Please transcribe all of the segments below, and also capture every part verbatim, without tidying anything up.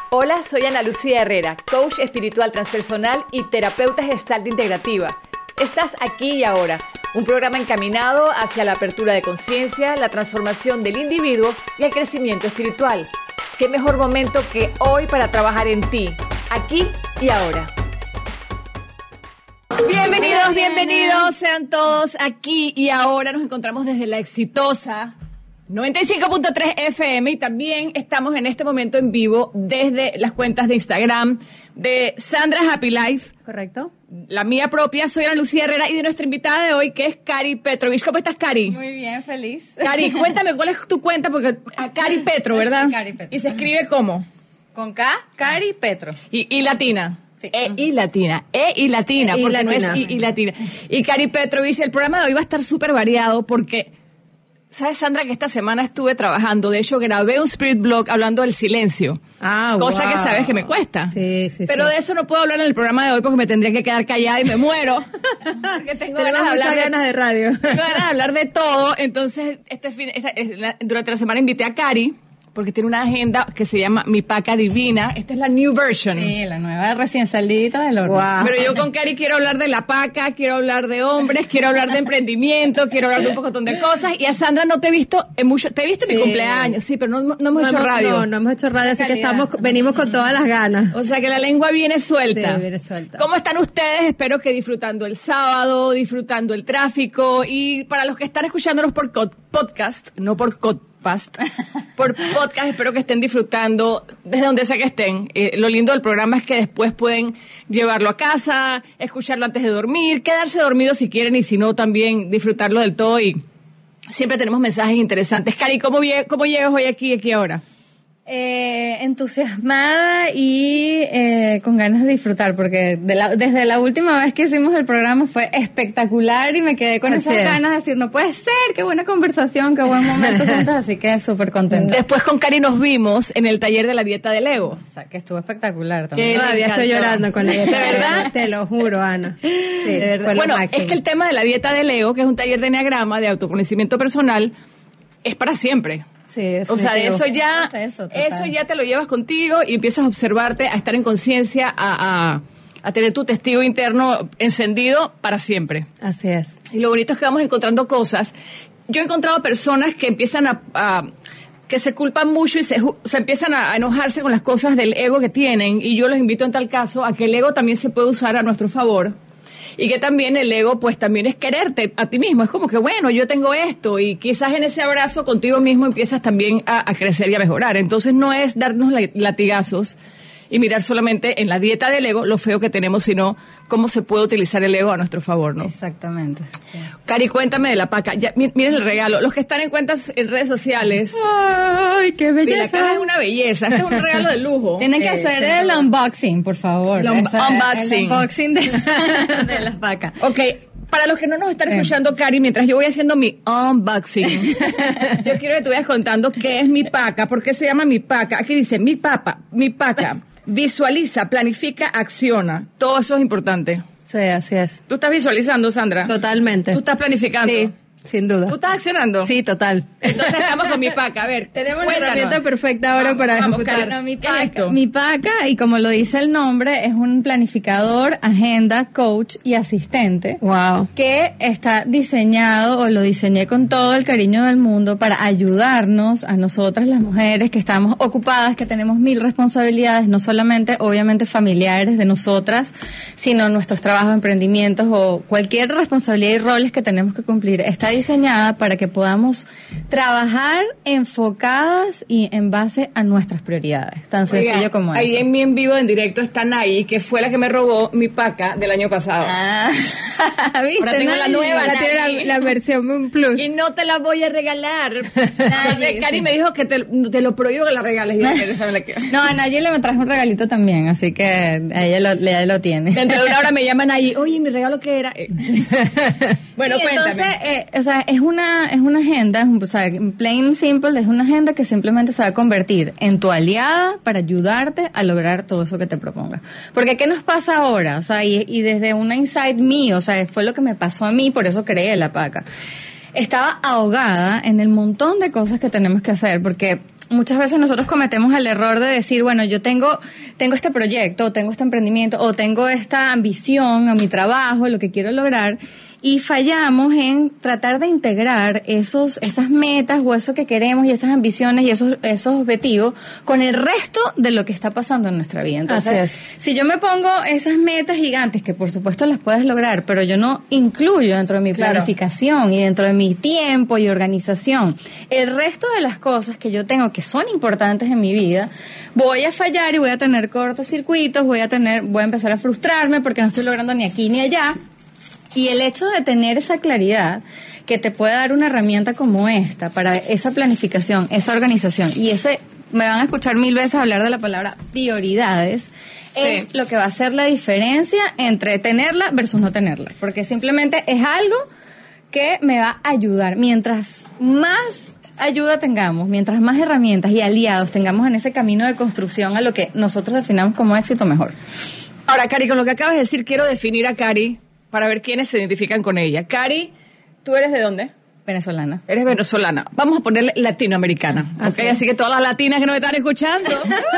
Hola, soy Ana Lucía Herrera, coach espiritual transpersonal y terapeuta gestalt integrativa. Estás aquí y ahora, un programa encaminado hacia la apertura de conciencia, la transformación del individuo y el crecimiento espiritual. ¿Qué mejor momento que hoy para trabajar en ti, aquí y ahora? Bienvenidos, bienvenidos, sean todos aquí y ahora. Nos encontramos desde la exitosa noventa y cinco punto tres F M y también estamos en este momento en vivo desde las cuentas de Instagram de Sandra Happy Life. Correcto. La mía propia, soy Ana Lucía Herrera, y de nuestra invitada de hoy, que es Cari Petrovich. ¿Cómo estás, Cari? Muy bien, feliz. Cari, cuéntame cuál es tu cuenta, porque a Cari Petro, ¿verdad? Sí, Cari Petro. Y se escribe ¿cómo? Con K, Cari Petro. Y, y latina. Sí. E y latina, E y latina, E y porque latina. no es I y latina. Y Cari Petrovich, el programa de hoy va a estar súper variado porque, ¿sabes, Sandra, que esta semana estuve trabajando? De hecho, grabé un Spirit Blog hablando del silencio. Ah, Cosa wow. que sabes que me cuesta. Sí, sí, Pero sí. de eso no puedo hablar en el programa de hoy porque me tendría que quedar callada y me muero. Porque tengo Tenemos ganas de muchas hablar de, ganas de radio. tengo ganas de hablar de todo. Entonces, este fin, esta- es la- durante la semana invité a Cari porque tiene una agenda que se llama Mi Paca Divina. Esta es la new version. Sí, la nueva recién salidita del horno. Wow. Pero yo con Cari quiero hablar de la paca, quiero hablar de hombres, quiero hablar de emprendimiento, quiero hablar de un montón de cosas. Y a Sandra no te he visto en mucho, te he visto en mi Sí. cumpleaños, sí, pero no, no hemos No hecho hemos- radio. No, no hemos hecho radio, así que Calidad. estamos, venimos con todas las ganas. O sea que la lengua viene suelta. Sí, viene suelta. ¿Cómo están ustedes? Espero que disfrutando el sábado, disfrutando el tráfico. Y para los que están escuchándonos por co- podcast, no por podcast, por podcast, espero que estén disfrutando desde donde sea que estén. Eh, lo lindo del programa es que después pueden llevarlo a casa, escucharlo antes de dormir, quedarse dormidos si quieren y si no también disfrutarlo del todo. Y siempre tenemos mensajes interesantes. Cari, ¿cómo, vie- cómo llegas hoy aquí, aquí ahora? Eh, entusiasmada y eh, con ganas de disfrutar, porque de la- desde la última vez que hicimos el programa fue espectacular y me quedé con Así esas es. ganas de decir, no puede ser, qué buena conversación, qué buen momento juntas, así que súper contenta. Después con Cari nos vimos en el taller de la dieta del ego. O sea, que estuvo espectacular Que también. Todavía me estoy encantó. llorando con la ¿De verdad? Te lo juro, Ana. Sí, fue lo Bueno, máximo. es que el tema de la dieta del ego, que es un taller de enneagrama, de autoconocimiento personal, es para siempre. Sí, O sea, de definitivo. eso ya, Eso es eso, total. eso ya te lo llevas contigo y empiezas a observarte, a estar en conciencia, a, a, a tener tu testigo interno encendido para siempre. Así es. Y lo bonito es que vamos encontrando cosas. Yo he encontrado personas que empiezan a, a- que se culpan mucho y se, ju- se empiezan a, a enojarse con las cosas del ego que tienen, y yo los invito en tal caso a que el ego también se puede usar a nuestro favor. Y que también el ego, pues también es quererte a ti mismo. Es como que, bueno, yo tengo esto, y quizás en ese abrazo contigo mismo empiezas también a, a crecer y a mejorar. Entonces no es darnos la- latigazos y mirar solamente en la dieta del ego lo feo que tenemos, sino cómo se puede utilizar el ego a nuestro favor, ¿no? Exactamente. Sí. Cari, cuéntame de la paca. Ya, mi- miren el regalo. Los que están en cuentas en redes sociales. Ay, qué Y la belleza. caja es una belleza. Este es un regalo de lujo. Tienen que Eh, hacer sí, el no. unboxing, por favor. El un- Esa- unboxing. El unboxing de, de las vacas. Ok, para los que no nos están Sí. escuchando, Cari, mientras yo voy haciendo mi unboxing, yo quiero que tú vayas contando qué es mi paca, por qué se llama mi paca. Aquí dice, mi papa, mi paca, visualiza, planifica, acciona. Todo eso es importante. Sí, así es. ¿Tú estás visualizando, Sandra? Totalmente. ¿Tú estás planificando? Sí, sin duda. ¿Tú estás accionando? Sí, total. Entonces estamos con mi paca. A ver, Tenemos la cuéntanos. herramienta perfecta ahora Vamos, para vamos, ejecutar. Karen. Bueno, mi ¿Qué es paca, esto? mi paca, y como lo dice el nombre, es un planificador, agenda, coach y asistente. Wow. Que está diseñado, o lo diseñé con todo el cariño del mundo, para ayudarnos a nosotras las mujeres que estamos ocupadas, que tenemos mil responsabilidades, no solamente obviamente familiares de nosotras, sino nuestros trabajos, emprendimientos o cualquier responsabilidad y roles que tenemos que cumplir. Está diseñada para que podamos trabajar enfocadas y en base a nuestras prioridades. Tan sencillo Oiga, como ahí eso. en mi en vivo, en directo, está Nay, que fue la que me robó mi paca del año pasado. Ah, ¿viste? Ahora tengo la Nadie? nueva, Ahora tiene Nadie. la, la versión Plus. Y no te la voy a regalar. Nadie, Entonces, Cari sí. me dijo que te, te lo prohíbo que la regales. Y yo, "Esa me la quiero". No, a Nayeli me trajo un regalito también, así que a ella lo, ella lo tiene. Dentro de una hora me llaman ahí, oye, ¿mi regalo qué era? Eh. Bueno, Sí, cuéntame. entonces, eh, o sea, es una, es una agenda, es un- o sea, plain simple, es una agenda que simplemente se va a convertir en tu aliada para ayudarte a lograr todo eso que te propongas. Porque, ¿qué nos pasa ahora? O sea, y, y desde una insight mío, o sea, fue lo que me pasó a mí, por eso creé la paca. Estaba ahogada en el montón de cosas que tenemos que hacer, porque muchas veces nosotros cometemos el error de decir, bueno, yo tengo, tengo este proyecto, o tengo este emprendimiento, o tengo esta ambición a mi trabajo, lo que quiero lograr, y fallamos en tratar de integrar esos, esas metas o eso que queremos y esas ambiciones y esos, esos objetivos con el resto de lo que está pasando en nuestra vida. Entonces, así es. Si yo me pongo esas metas gigantes, que por supuesto las puedes lograr, pero yo no incluyo dentro de mi Claro. planificación y dentro de mi tiempo y organización el resto de las cosas que yo tengo que son importantes en mi vida, voy a fallar y voy a tener cortocircuitos, voy a tener, voy a empezar a frustrarme porque no estoy logrando ni aquí ni allá. Y el hecho de tener esa claridad que te puede dar una herramienta como esta para esa planificación, esa organización y ese, me van a escuchar mil veces hablar de la palabra prioridades, Sí. es lo que va a hacer la diferencia entre tenerla versus no tenerla. Porque simplemente es algo que me va a ayudar. Mientras más ayuda tengamos, mientras más herramientas y aliados tengamos en ese camino de construcción a lo que nosotros definamos como éxito, mejor. Ahora, Cari, con lo que acabas de decir, quiero definir a Cari para ver quiénes se identifican con ella. Cari, ¿tú eres de dónde? Venezolana. Eres venezolana. Vamos a ponerle latinoamericana. Ah, ¿Okay? sí. Así que todas las latinas que nos están escuchando,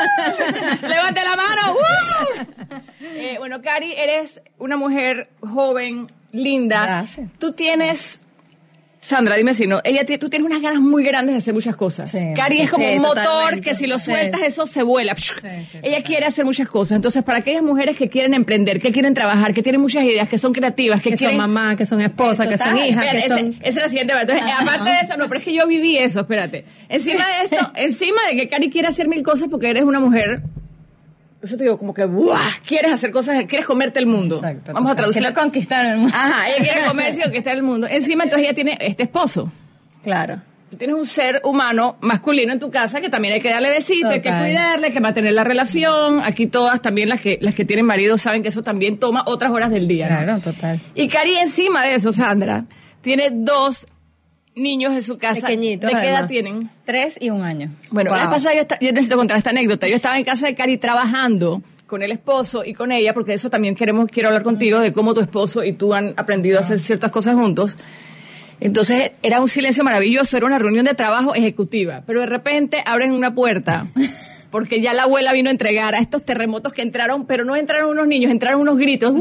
levante la mano. ¡Uh! Eh, bueno, Cari, eres una mujer joven, linda. Gracias. Tú tienes... Sandra, dime si no. Ella, t- tú tienes unas ganas muy grandes de hacer muchas cosas. Sí. Cari es como Sí, un motor totalmente. que si lo Sí. sueltas eso se vuela. sí, Ella quiere hacer muchas cosas. Entonces, para aquellas mujeres que quieren emprender, que quieren trabajar, que tienen muchas ideas, que son creativas, que, Que son quieren... mamá, que son esposa, que son Total. hija, Espérate, que ese- son... esa es la siguiente parte. Entonces, aparte de eso, no, pero es que yo viví eso, espérate. Encima de esto, encima de que Cari quiere hacer mil cosas porque eres una mujer, eso te digo, como que, ¡buah! Quieres hacer cosas, quieres comerte el mundo. Exacto. Vamos a traducirlo. Quiero conquistar el mundo. Ajá, ella quiere comerse y conquistar el mundo. Encima, entonces ella tiene este esposo. Claro. Tú tienes un ser humano masculino en tu casa que también hay que darle besito, hay que Total. cuidarle, hay que mantener la relación. Aquí todas también las que las que tienen marido saben que eso también toma otras horas del día, ¿no? Claro, total. Y Cari, encima de eso, Sandra, tiene dos niños en su casa. Pequeñitos, ¿De qué edad además. tienen? Tres y un año. Bueno, Wow. la vez pasada yo, esta- yo necesito contar esta anécdota. Yo estaba en casa de Cari trabajando con el esposo y con ella, porque de eso también queremos quiero hablar contigo, de cómo tu esposo y tú han aprendido a hacer ciertas cosas juntos. Entonces era un silencio maravilloso, era una reunión de trabajo ejecutiva, pero de repente abren una puerta porque ya la abuela vino a entregar a estos terremotos que entraron, pero no entraron unos niños, entraron unos gritos.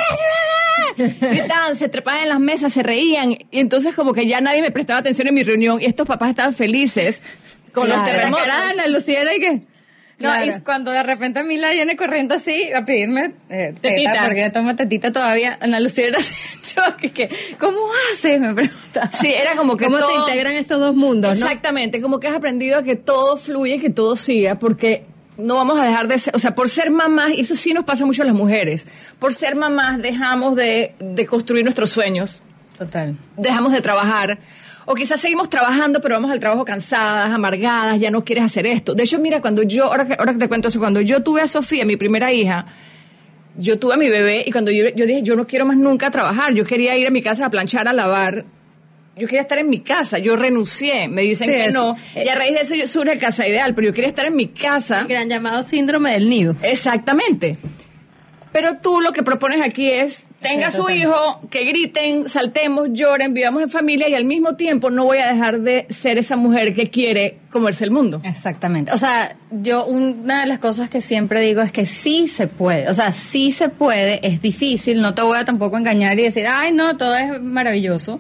Gritaban, se trepaban en las mesas, se reían y entonces como que ya nadie me prestaba atención en mi reunión y estos papás estaban felices con Claro. los terremotos. Era Ana Lucía y que... No, Claro. y cuando de repente Mila viene corriendo así a pedirme eh, teta, Tetita. porque ella toma tetita todavía, Ana Lucía era yo, que, que, ¿cómo haces? Me preguntaba. Sí, era como que ¿Cómo todo... se integran estos dos mundos, no? Exactamente, como que has aprendido a que todo fluye, que todo siga, porque no vamos a dejar de ser, o sea, por ser mamás, y eso sí nos pasa mucho a las mujeres, por ser mamás dejamos de, de construir nuestros sueños, Total. dejamos de trabajar, o quizás seguimos trabajando, pero vamos al trabajo cansadas, amargadas, ya no quieres hacer esto. De hecho, mira, cuando yo, ahora que, ahora que te cuento eso, cuando yo tuve a Sofía, mi primera hija, yo tuve a mi bebé, y cuando yo, yo dije, yo no quiero más nunca trabajar, yo quería ir a mi casa a planchar, a lavar, yo quería estar en mi casa, yo renuncié, me dicen Sí, que es- no, y a raíz de eso yo surge Casa Ideal, pero yo quería estar en mi casa. El gran llamado síndrome del nido. Exactamente. Pero tú lo que propones aquí es, tenga Sí, su total. hijo, que griten, saltemos, lloren, vivamos en familia y al mismo tiempo no voy a dejar de ser esa mujer que quiere comerse el mundo. Exactamente. O sea, yo una de las cosas que siempre digo es que sí se puede. O sea, sí se puede, es difícil, no te voy a tampoco engañar y decir, ay, no, todo es maravilloso.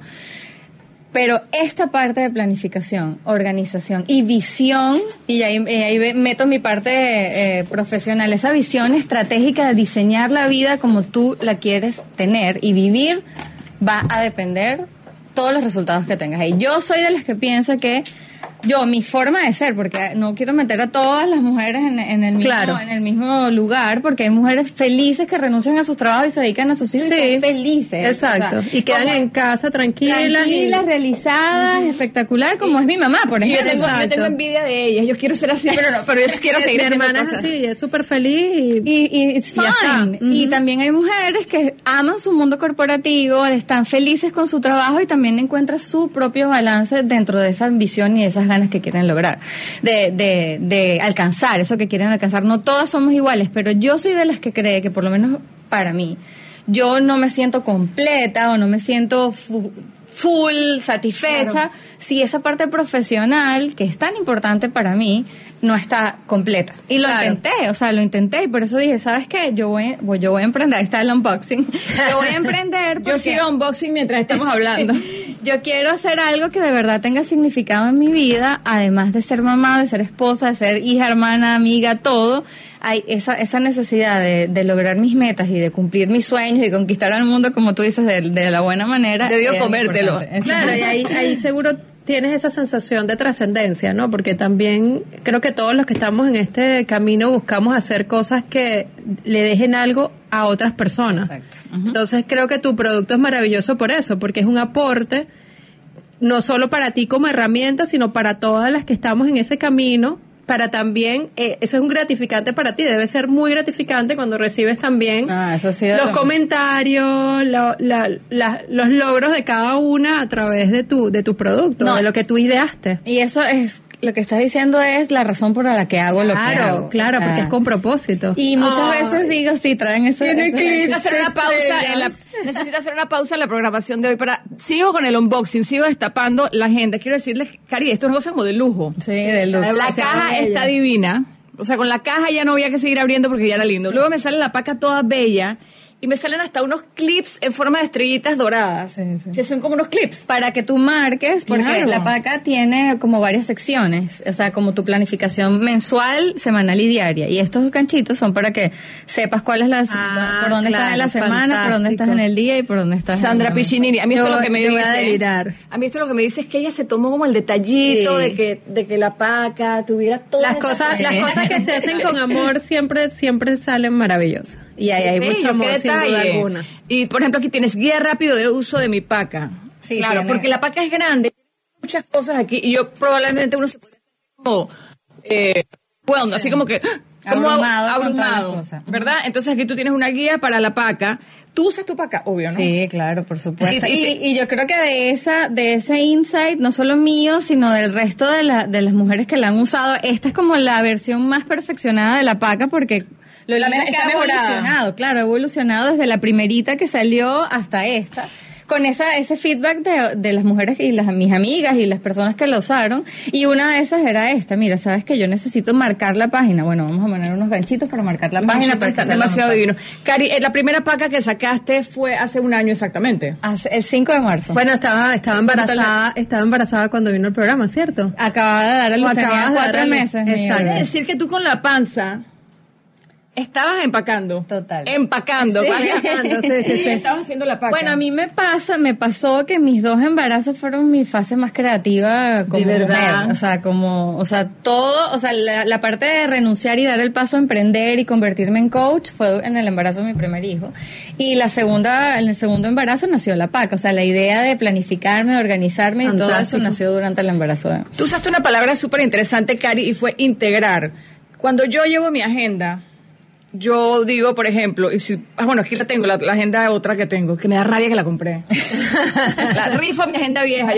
Pero esta parte de planificación, organización y visión, y ahí, eh, ahí ve- meto mi parte eh, profesional, esa visión estratégica de diseñar la vida como tú la quieres tener y vivir, va a depender todos los resultados que tengas ahí. Yo soy de las que piensa que yo, mi forma de ser, porque no quiero meter a todas las mujeres en, en el mismo, Claro. en el mismo lugar, porque hay mujeres felices que renuncian a sus trabajos y se dedican a sus hijos y son felices. Exacto. O sea, y quedan como- en casa tranquilas. tranquilas, y- realizadas, espectacular, como es mi mamá, por Y yo ejemplo. tengo, yo Exacto. tengo envidia de ellas, yo quiero ser así, pero no, pero yo quiero seguir Mi haciendo hermana es cosas. así, es súper feliz y... Y, y it's Y ya está. fine. Ujú. Y también hay mujeres que aman su mundo corporativo, están felices con su trabajo y también encuentran su propio balance dentro de esa ambición y de esas ganas que quieren lograr, de, de, de alcanzar eso que quieren alcanzar. No todas somos iguales, pero yo soy de las que cree que por lo menos para mí, yo no me siento completa o no me siento fu- full, satisfecha, claro. si esa parte profesional, que es tan importante para mí, no está completa. Y lo claro. intenté, o sea, lo intenté y por eso dije, ¿sabes qué? Yo voy, yo voy a emprender, ahí está el unboxing, yo voy a emprender porque... Yo sigo unboxing mientras estamos hablando. Yo quiero hacer algo que de verdad tenga significado en mi vida, además de ser mamá, de ser esposa, de ser hija, hermana, amiga, todo. Hay esa esa necesidad de, de lograr mis metas y de cumplir mis sueños y conquistar al mundo, como tú dices, de, de la buena manera. Te dio comértelo. Claro, y ahí, ahí seguro tienes esa sensación de trascendencia, ¿no? Porque también creo que todos los que estamos en este camino buscamos hacer cosas que le dejen algo a otras personas. Exacto. Uh-huh. Entonces creo que tu producto es maravilloso por eso, porque es un aporte no solo para ti como herramienta, sino para todas las que estamos en ese camino, para también, eh, eso es un gratificante para ti, debe ser muy gratificante cuando recibes también ah, eso sí los lo... comentarios, lo, la, la, los logros de cada una a través de tu de tu producto, no, de lo que tú ideaste. Y eso es, lo que estás diciendo es la razón por la que hago lo claro, que hago. Claro, o sea, porque es con propósito. Y muchas Ay. veces digo, sí, traen eso. Tiene que necesito hacer una pausa en la necesito hacer una pausa en la programación de hoy para sigo con el unboxing, sigo destapando la agenda. Quiero decirles, Cari, esto es una cosa como de lujo. Sí, de lujo. La caja está divina. O sea, con la caja ya no había que seguir abriendo porque ya era lindo. Luego me sale la paca toda bella y me salen hasta unos clips en forma de estrellitas doradas, sí, sí. que son como unos clips. Para que tú marques, porque claro. la paca tiene como varias secciones, o sea, como tu planificación mensual, semanal y diaria. Y estos ganchitos son para que sepas cuál es la, ah, por dónde claro, estás en la semana, fantástico. por dónde estás en el día y por dónde estás Sandra en el Piccinini, a mí esto yo, es lo que me yo dice. Voy a delirar. A mí esto es lo que me dice es que ella se tomó como el detallito sí. de que de que la paca tuviera todas las cosas, las cosas que se hacen con amor siempre siempre salen maravillosas. Y ahí hay bello, mucho amor sin duda alguna. Y por ejemplo aquí tienes guía rápido de uso de mi paca. Sí, claro, tiene. porque la paca es grande, muchas cosas aquí y yo probablemente uno se puede como eh, bueno, sí. así como que como abrumado, abrumado ¿verdad? Entonces aquí tú tienes una guía para la paca. Tú usas tu paca, obvio, ¿no? Sí, claro, por supuesto. Y, y yo creo que de esa, de ese insight, no solo mío, sino del resto de, la, de las mujeres que la han usado, esta es como la versión más perfeccionada de la paca porque lo la lindo es que ha evolucionado, claro, ha evolucionado desde la primerita que salió hasta esta. Con esa ese feedback de, de las mujeres y las mis amigas y las personas que la usaron, y una de esas era esta, mira, sabes que yo necesito marcar la página, bueno, vamos a poner unos ganchitos para marcar la Los página, para está demasiado divino. Cari, la primera paca que sacaste fue hace un año exactamente. Hace, el cinco de marzo. Bueno, estaba estaba embarazada, estaba embarazada cuando vino el programa, ¿cierto? Acababa de dar a luz, tenía cuatro meses. Exacto. Es decir que tú con la panza estabas empacando. Total. Empacando. Sí, empacando, sí, sí, sí. Estabas haciendo la paca. Bueno, a mí me pasa, me pasó que mis dos embarazos fueron mi fase más creativa como ¿De verdad? mujer. O sea, como, o sea, todo, o sea, la, la parte de renunciar y dar el paso a emprender y convertirme en coach fue en el embarazo de mi primer hijo. Y la segunda, en el segundo embarazo nació la paca. O sea, la idea de planificarme, de organizarme Fantástico. y todo eso nació durante el embarazo. De... Tú usaste una palabra súper interesante, Cari, y fue integrar. Cuando yo llevo mi agenda, yo digo, por ejemplo, y si, ah, bueno, aquí la tengo, la, la agenda otra que tengo, que me da rabia que la compré. La rifo mi agenda vieja. Yo,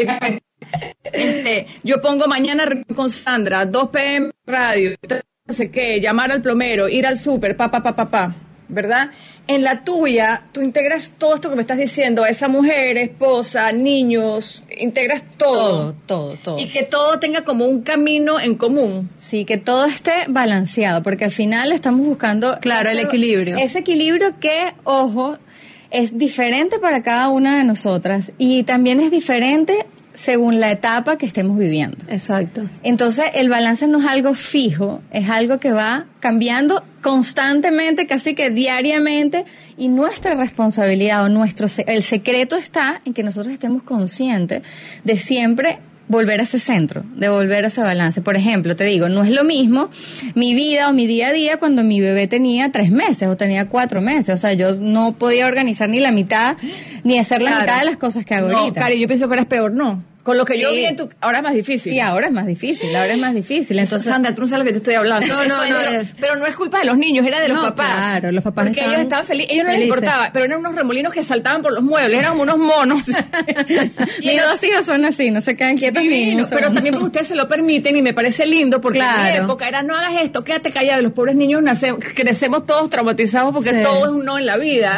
este, yo pongo mañana con Sandra, dos pe eme radio, no sé qué, llamar al plomero, ir al súper, pa, pa, pa, pa, pa, ¿verdad? En la tuya, tú integras todo esto que me estás diciendo, a esa mujer, esposa, niños, integras todo. Todo, todo, todo. Y que todo tenga como un camino en común. Sí, que todo esté balanceado, porque al final estamos buscando... Claro, ese, el equilibrio. Ese equilibrio que, ojo, es diferente para cada una de nosotras y también es diferente según la etapa que estemos viviendo. Exacto. Entonces, el balance no es algo fijo, es algo que va cambiando constantemente, casi que diariamente, y nuestra responsabilidad o nuestro el secreto está en que nosotros estemos conscientes de siempre volver a ese centro, de volver a ese balance. Por ejemplo, te digo, no es lo mismo mi vida o mi día a día cuando mi bebé tenía tres meses o tenía cuatro meses. O sea, yo no podía organizar ni la mitad, ni hacer la Claro. mitad de las cosas que hago No, ahorita. Cari, yo pienso que eras peor, ¿no? Con lo que Sí. yo vi en tu... Ahora es más difícil. Sí, ahora es más difícil, ahora es más difícil. Entonces, Entonces, Sandra, tú no sabes lo que te estoy hablando. No, no, Eso es no, de lo- es- pero no es culpa de los niños, era de los No, papás. claro, los papás Porque estaban ellos estaban felices, ellos no les felices. importaba, pero eran unos remolinos que saltaban por los muebles, eran como unos monos. Y mis era dos hijos son así, no se quedan quietos ni divino, un pero segundo. también porque ustedes se lo permiten y me parece lindo porque en mi Claro. época era no hagas esto, quédate callado, y los pobres niños nace- crecemos todos traumatizados porque Sí. todo es un no en la vida.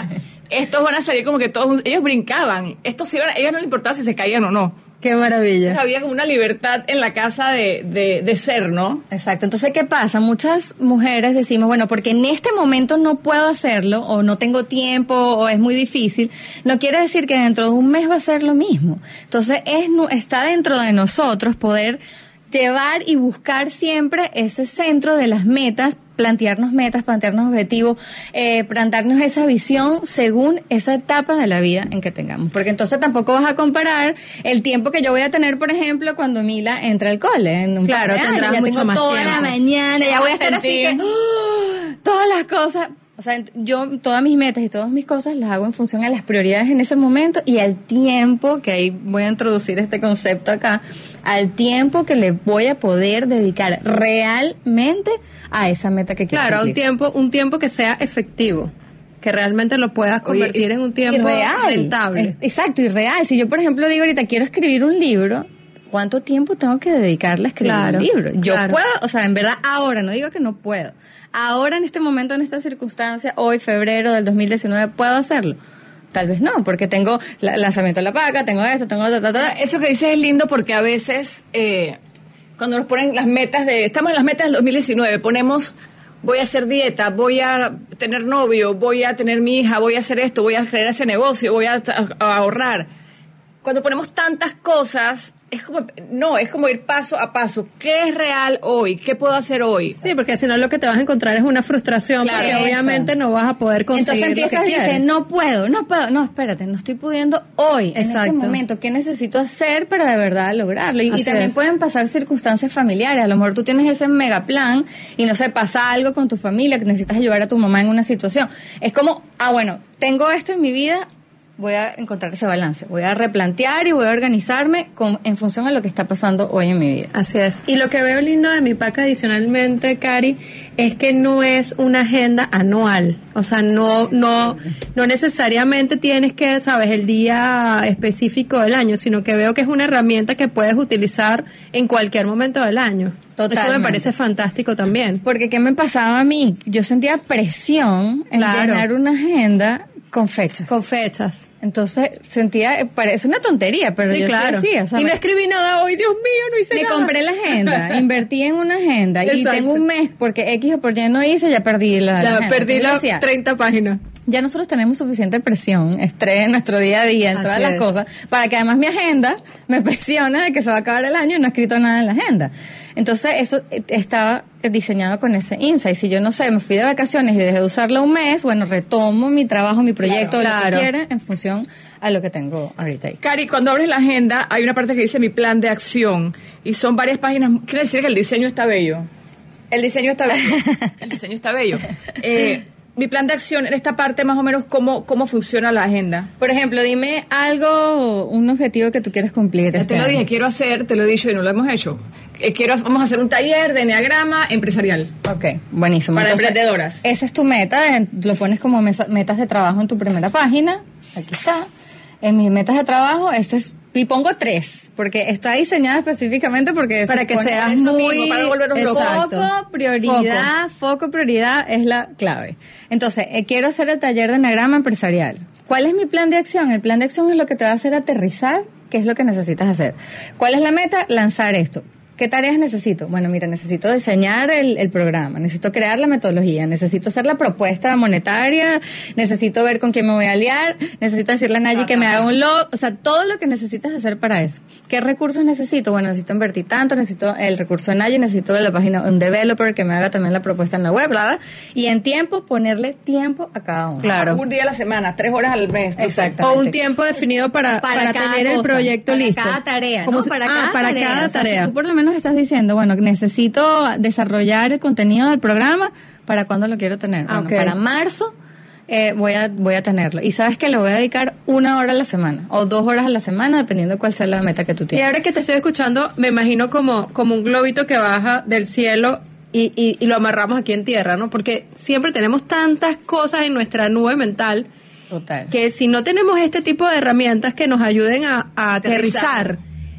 estos van a salir como que todos, ellos brincaban, estos iban, a ellos no les importaba si se caían o no. Qué maravilla. Había como una libertad en la casa de, de, de ser, ¿no? Exacto. Entonces, ¿qué pasa? Muchas mujeres decimos, bueno, porque en este momento no puedo hacerlo, o no tengo tiempo, o es muy difícil. No quiere decir que dentro de un mes va a ser lo mismo. Entonces, es, está dentro de nosotros poder llevar y buscar siempre ese centro de las metas, plantearnos metas, plantearnos objetivos, eh, plantearnos esa visión según esa etapa de la vida en que tengamos. Porque entonces tampoco vas a comparar el tiempo que yo voy a tener, por ejemplo, cuando Mila entra al cole. En un claro, par de tendrás años, ya mucho tengo más toda tiempo. la mañana, ya voy a estar así que ¡oh! Todas las cosas. O sea, yo todas mis metas y todas mis cosas las hago en función a las prioridades en ese momento y al tiempo, que ahí voy a introducir este concepto acá, al tiempo que le voy a poder dedicar realmente a esa meta que quiero Claro, cumplir. un tiempo, un tiempo que sea efectivo, que realmente lo puedas convertir Oye, en un tiempo real, rentable. Es- exacto, y real. Si yo, por ejemplo, digo ahorita quiero escribir un libro, ¿cuánto tiempo tengo que dedicarle a escribir Claro, un libro? Yo claro. puedo, o sea, en verdad ahora, no digo que no puedo. Ahora, en este momento, en esta circunstancia, hoy, febrero del dos mil diecinueve, ¿puedo hacerlo? Tal vez no, porque tengo la- lanzamiento de la paca, tengo esto, tengo ta, ta, ta, ta. Eso que dices es lindo porque a veces, eh, cuando nos ponen las metas de, estamos en las metas del dos mil diecinueve, ponemos, voy a hacer dieta, voy a tener novio, voy a tener mi hija, voy a hacer esto, voy a crear ese negocio, voy a, a- a ahorrar. Cuando ponemos tantas cosas, es como, no, es como ir paso a paso. ¿Qué es real hoy? ¿Qué puedo hacer hoy? Sí, porque si no lo que te vas a encontrar es una frustración, Claro, porque eso. obviamente no vas a poder conseguir Entonces empiezas lo a que decir, quieres. no puedo, no puedo, no, espérate, no estoy pudiendo hoy, en Exacto. este momento. ¿Qué necesito hacer para de verdad lograrlo? Y, y Así también es. pueden pasar circunstancias familiares. A lo mejor tú tienes ese mega plan y no sé, pasa algo con tu familia, que necesitas ayudar a tu mamá en una situación. Es como, ah, bueno, tengo esto en mi vida, voy a encontrar ese balance, voy a replantear y voy a organizarme con, en función a lo que está pasando hoy en mi vida. Así es. Y lo que veo lindo de mi paca adicionalmente, Cari, es que no es una agenda anual. O sea, no, no, no necesariamente tienes que, sabes, el día específico del año, sino que veo que es una herramienta que puedes utilizar en cualquier momento del año. Eso me Totalmente. parece fantástico también. Porque ¿qué me pasaba a mí? Yo sentía presión en Claro. llenar una agenda con fechas. Con fechas. Entonces sentía, parece una tontería, pero sí, yo claro. sí hacía. O sea, y no me- escribí nada hoy, Dios mío, no hice me nada. compré la agenda, invertí en una agenda y Exacto. tengo un mes porque X o por Y no hice, ya perdí la, la Ya agenda. perdí Entonces yo las decía, treinta páginas. ya nosotros tenemos suficiente presión, estrés en nuestro día a día, en Así todas las es. cosas, para que además mi agenda me presione de que se va a acabar el año y no he escrito nada en la agenda. Entonces eso eh, estaba diseñado con ese insight. Si yo no sé, me fui de vacaciones y dejé de usarla un mes, bueno, retomo mi trabajo, mi proyecto, Claro, lo claro. que quiera, en función a lo que tengo ahorita ahí. Cari, cuando abres la agenda, hay una parte que dice mi plan de acción y son varias páginas. Quiere decir que el diseño está bello. El diseño está bello. El diseño está bello. Eh, mi plan de acción, en esta parte más o menos, ¿cómo, cómo funciona la agenda? Por ejemplo, dime algo, un objetivo que tú quieres cumplir. Ya este te lo año. dije, quiero hacer, te lo he dicho y no lo hemos hecho. Eh, quiero, vamos a hacer un taller de enneagrama empresarial. Ok, buenísimo. Para Entonces, emprendedoras. Esa es tu meta, en- lo pones como mesa- metas de trabajo en tu primera página. Aquí está. En mis metas de trabajo, ese es, y pongo tres, porque está diseñada específicamente porque Para se que pone seas eso muy... mismo, para no volvernos locos. Exacto. Foco, prioridad, foco. prioridad es la clave. Entonces, eh, quiero hacer el taller de enagrama empresarial. ¿Cuál es mi plan de acción? El plan de acción es lo que te va a hacer aterrizar qué es lo que necesitas hacer. ¿Cuál es la meta? Lanzar esto. ¿Qué tareas necesito? Bueno, mira, necesito diseñar el, el programa, necesito crear la metodología, necesito hacer la propuesta monetaria, necesito ver con quién me voy a aliar, necesito decirle a Nayi que me haga un log, o sea, todo lo que necesitas hacer para eso. ¿Qué recursos necesito? Bueno, necesito invertir tanto, necesito el recurso de Nayi, necesito de la página un developer que me haga también la propuesta en la web, ¿verdad? Y en tiempo, ponerle tiempo a cada uno. Claro. Un día a la semana, tres horas al mes. no sé. Exacto. O un tiempo definido para, para, cada tener el cosa, proyecto para listo. cada tarea, Como ¿no? si- para ah, cada para tarea. cada O sea, tarea. si tú por lo menos estás diciendo, bueno, necesito desarrollar el contenido del programa, ¿para cuándo lo quiero tener? Ah, Bueno, ok. para marzo eh, voy a voy a tenerlo. Y sabes que le voy a dedicar una hora a la semana o dos horas a la semana, dependiendo de cuál sea la meta que tú Y tienes. ahora que te estoy escuchando, me imagino como, como un globito que baja del cielo y, y, y lo amarramos aquí en tierra, ¿no? Porque siempre tenemos tantas cosas en nuestra nube mental Total. que si no tenemos este tipo de herramientas que nos ayuden a, a Aterrizar. aterrizar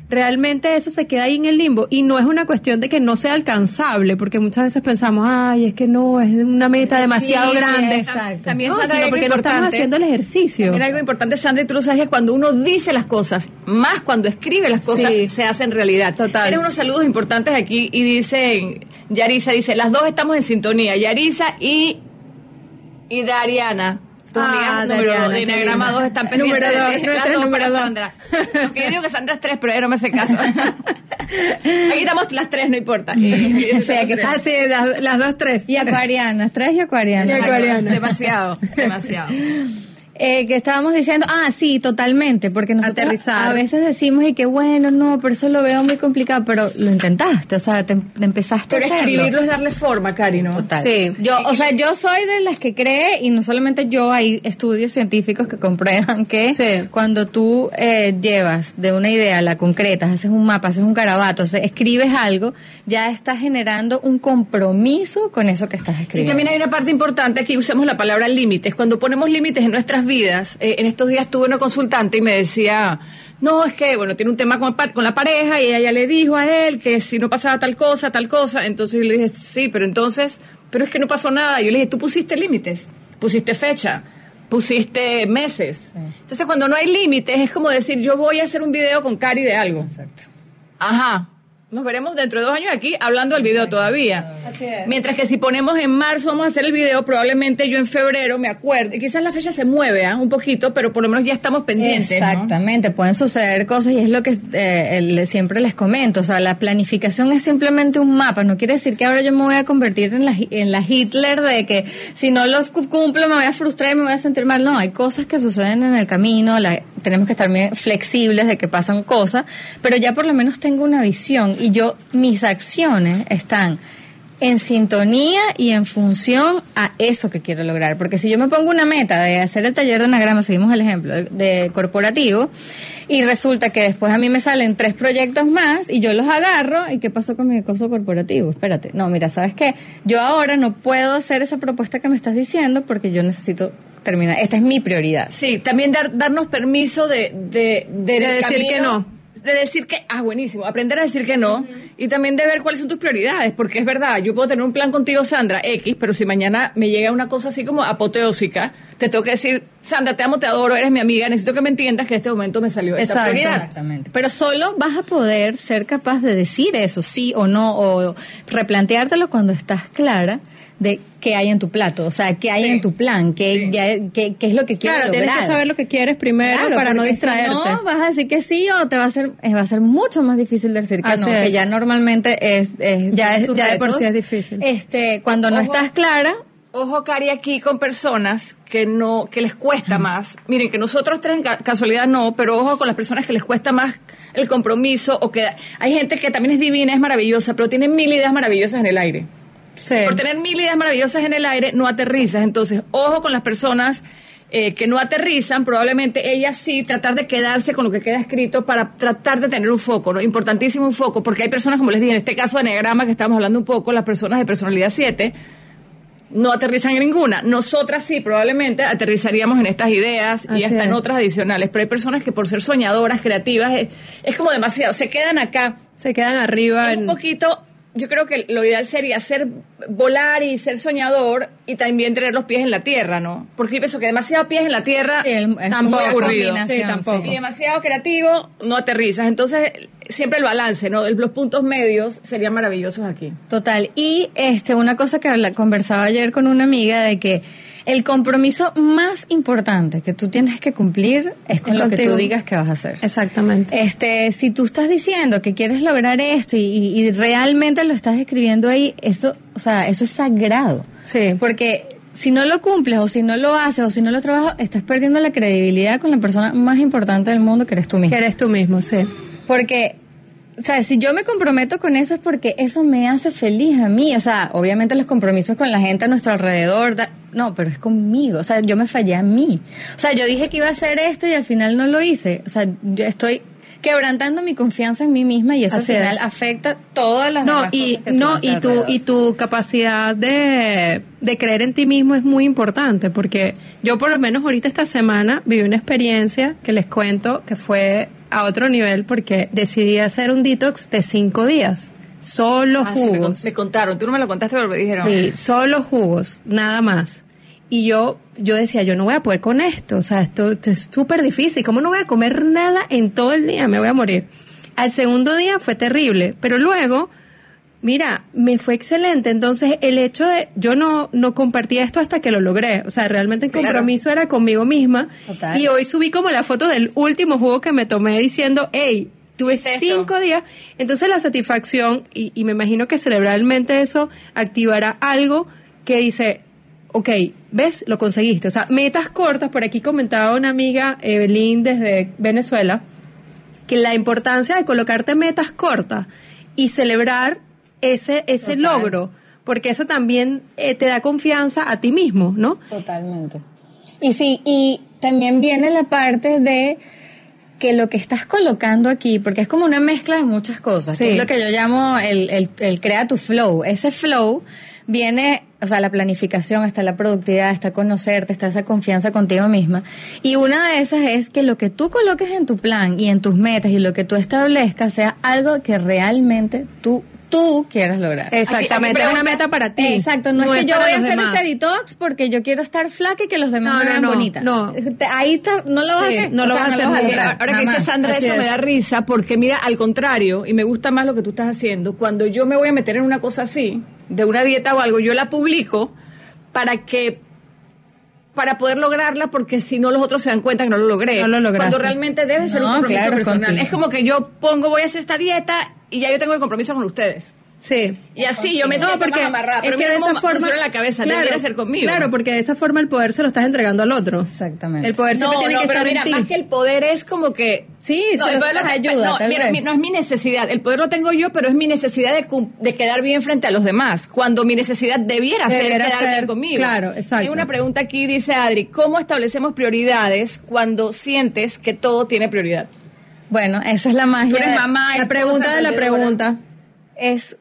realmente eso se queda ahí en el limbo y no es una cuestión de que no sea alcanzable, porque muchas veces pensamos, ay, es que no, es una meta demasiado sí, grande. Sí, exacto. También, no, Sandra, sino porque no estamos haciendo el ejercicio. También algo importante, Sandra, y tú lo sabes, que cuando uno dice las cosas, más cuando escribe las cosas, sí, se hacen realidad. Total. Tienes unos saludos importantes aquí y dicen, Yarisa dice, las dos estamos en sintonía, Yarisa y, y Dariana. Tus ah, amigas número dos, de Enneagrama dos están pendientes número dos, de nuestra las dos número para dos. Sandra. Porque yo digo que Sandra es tres, pero ella no me hace caso. Aquí estamos las tres, no importa. Y, o sea, que ah, sí, las, las dos tres. Y acuarianas, tres y acuarianas. Y acuarianas. Demasiado, demasiado. Eh, que estábamos diciendo, ah, sí, totalmente, porque nosotros Aterrizar. a veces decimos y que bueno, no, pero eso lo veo muy complicado, pero lo intentaste, o sea, te, te empezaste pero a hacerlo. Pero escribirlo es darle forma, Cari, ¿no? Total. Sí. Yo, o sea, yo soy de las que cree, y no solamente yo, hay estudios científicos que comprueban que sí, cuando tú eh, llevas de una idea a la concreta, haces un mapa, haces un garabato, o sea, escribes algo, ya estás generando un compromiso con eso que estás escribiendo. Y también hay una parte importante, aquí usamos la palabra límites. Cuando ponemos límites en nuestras vidas, eh, en estos días tuve una consultante y me decía, no, es que, bueno, tiene un tema con, con la pareja y ella ya le dijo a él que si no pasaba tal cosa, tal cosa. Entonces yo le dije, sí, pero entonces, pero es que no pasó nada. Yo le dije, tú pusiste límites, pusiste fecha, pusiste meses. Sí. Entonces cuando no hay límites es como decir, yo voy a hacer un video con Cari de algo. Exacto. Ajá. Nos veremos dentro de dos años aquí hablando del video todavía. Así es. Mientras que si ponemos en marzo vamos a hacer el video, probablemente yo en febrero me acuerdo. Y quizás la fecha se mueve ¿eh? un poquito, pero por lo menos ya estamos pendientes. Exactamente, ¿no? Pueden suceder cosas y es lo que eh, el, siempre les comento. O sea, la planificación es simplemente un mapa. No quiere decir que ahora yo me voy a convertir en la, en la Hitler de que si no los cumplo me voy a frustrar y me voy a sentir mal. No, hay cosas que suceden en el camino. La, tenemos que estar bien flexibles de que pasan cosas, pero ya por lo menos tengo una visión. Y yo, mis acciones están en sintonía y en función a eso que quiero lograr. Porque si yo me pongo una meta de hacer el taller de Enneagrama, seguimos el ejemplo, de, de corporativo, y resulta que después a mí me salen tres proyectos más y yo los agarro, ¿y qué pasó con mi curso corporativo? Espérate, no, mira, ¿sabes qué? Yo ahora no puedo hacer esa propuesta que me estás diciendo porque yo necesito terminar. Esta es mi prioridad. Sí, también dar, darnos permiso de... De, de, de decir camino, que no. De decir que, ah, buenísimo, aprender a decir que no, uh-huh. Y también de ver cuáles son tus prioridades, porque es verdad, yo puedo tener un plan contigo, Sandra, X, pero si mañana me llega una cosa así como apoteósica, te tengo que decir, Sandra, te amo, te adoro, eres mi amiga, necesito que me entiendas que en este momento me salió esta Exacto. prioridad. Exactamente. Pero solo vas a poder ser capaz de decir eso, sí o no, o replanteártelo cuando estás clara de qué hay en tu plato, o sea, qué hay sí. en tu plan, qué, sí. ya, qué, qué es lo que quieres claro, lograr. Tienes que saber lo que quieres primero claro, para no distraerte. Si no, vas a decir que sí o te va a ser, va a ser mucho más difícil decir que Así no, es. que ya normalmente es, es ya, es, ya retos, de por sí es difícil. Este, cuando Ojo. no estás clara. Ojo, Cari, aquí con personas que no, que les cuesta uh-huh. más. Miren, que nosotros tres en ca- casualidad no, pero ojo con las personas que les cuesta más el compromiso, o que hay gente que también es divina, es maravillosa, pero tiene mil ideas maravillosas en el aire. Sí. Por tener mil ideas maravillosas en el aire, no aterrizas. Entonces, ojo con las personas eh, que no aterrizan, probablemente ellas sí, tratar de quedarse con lo que queda escrito para tratar de tener un foco, ¿no? Importantísimo un foco, porque hay personas, como les dije, en este caso de Enneagrama que estamos hablando un poco, las personas de personalidad siete, no aterrizan en ninguna. Nosotras sí, probablemente aterrizaríamos en estas ideas Así y hasta es. en otras adicionales, pero hay personas que por ser soñadoras, creativas, es, es como demasiado, se quedan acá. Se quedan arriba. Es un en... poquito... Yo creo que lo ideal sería ser volar y ser soñador y también tener los pies en la tierra, ¿no? Porque yo pienso que demasiado pies en la tierra sí, el, es tampoco muy aburrido. Sí, tampoco. Y demasiado creativo no aterrizas. Entonces, siempre el balance, ¿no? Los puntos medios serían maravillosos aquí. Total. Y este una cosa que habla, conversaba ayer con una amiga de que el compromiso más importante que tú tienes que cumplir es con es lo contigo. Que tú digas que vas a hacer. Exactamente. Este, si tú estás diciendo que quieres lograr esto y, y, y realmente lo estás escribiendo ahí, eso, o sea, eso es sagrado. Sí. Porque si no lo cumples o si no lo haces o si no lo trabajas, estás perdiendo la credibilidad con la persona más importante del mundo, que eres tú mismo. Que eres tú mismo, sí. Porque... O sea, si yo me comprometo con eso es porque eso me hace feliz a mí. O sea, obviamente los compromisos con la gente a nuestro alrededor, da, no, pero es conmigo. O sea, yo me fallé a mí. O sea, yo dije que iba a hacer esto y al final no lo hice. O sea, yo estoy quebrantando mi confianza en mí misma y eso Así al final es. afecta todas las no demás y cosas que tú no haces y tu alrededor. y tu capacidad de de creer en ti mismo es muy importante, porque yo por lo menos ahorita esta semana viví una experiencia que les cuento que fue a otro nivel porque decidí hacer un detox de cinco días. Solo ah, jugos. Sí, me, me contaron, tú no me lo contaste, pero me dijeron. Sí, solo jugos, nada más. Y yo yo decía, yo no voy a poder con esto, o sea, esto, esto es súper difícil, ¿cómo no voy a comer nada en todo el día? Me voy a morir. Al segundo día fue terrible, pero luego, mira, me fue excelente. Entonces, el hecho de, yo no no compartía esto hasta que lo logré, o sea, realmente el compromiso claro. era conmigo misma. Total. Y hoy subí como la foto del último jugo que me tomé diciendo, hey, tuve cinco días. Entonces, la satisfacción, y, y me imagino que cerebralmente eso activará algo que dice, ok, ¿ves? Lo conseguiste. O sea, metas cortas. Por aquí comentaba una amiga, Evelyn, desde Venezuela, que la importancia de colocarte metas cortas y celebrar ese ese Total. logro, porque eso también eh, te da confianza a ti mismo, ¿no? Totalmente. Y sí, y también viene la parte de que lo que estás colocando aquí, porque es como una mezcla de muchas cosas, sí. que es lo que yo llamo el, el, el crea tu flow. Ese flow viene, o sea, la planificación, está la productividad, está conocerte, está esa confianza contigo misma. Y una de esas es que lo que tú coloques en tu plan y en tus metas y lo que tú establezcas sea algo que realmente tú tú quieras lograr. Exactamente, es una meta para ti. Exacto, no, no es que yo voy a hacer demás. este detox porque yo quiero estar flaca y que los demás no, me vean no, bonita. No, ahí está, no lo vas sí, a hacer. No lo vas a hacer. No ahora ahora que dice Sandra Así eso es. me da risa porque mira, al contrario, y me gusta más lo que tú estás haciendo, cuando yo me voy a meter en una cosa así, de una dieta o algo, yo la publico para que para poder lograrla, porque si no los otros se dan cuenta que no lo logré. No lo lograste. Cuando realmente debe ser no, un compromiso claro, personal. Contigo. Es como que yo pongo, voy a hacer esta dieta y ya yo tengo el compromiso con ustedes. Sí. Y así yo me siento no, porque más amarrada, pero es que mira de cómo esa forma funciona la cabeza, claro, debería ser conmigo. Claro, porque de esa forma el poder se lo estás entregando al otro. Exactamente. El poder siempre no, tiene no, que pero estar mira, en ti. más que el poder es como que sí, no, se el los poder lo, ayuda, no, tal mira, vez. no es mi necesidad, el poder lo tengo yo, pero es mi necesidad de, de quedar bien frente a los demás, cuando mi necesidad debiera, debiera ser quedar ser, bien conmigo. Claro, exacto. Hay una pregunta aquí, dice Adri, ¿cómo establecemos prioridades cuando sientes que todo tiene prioridad? Bueno, esa es la magia. Tú eres mamá, la pregunta de la pregunta es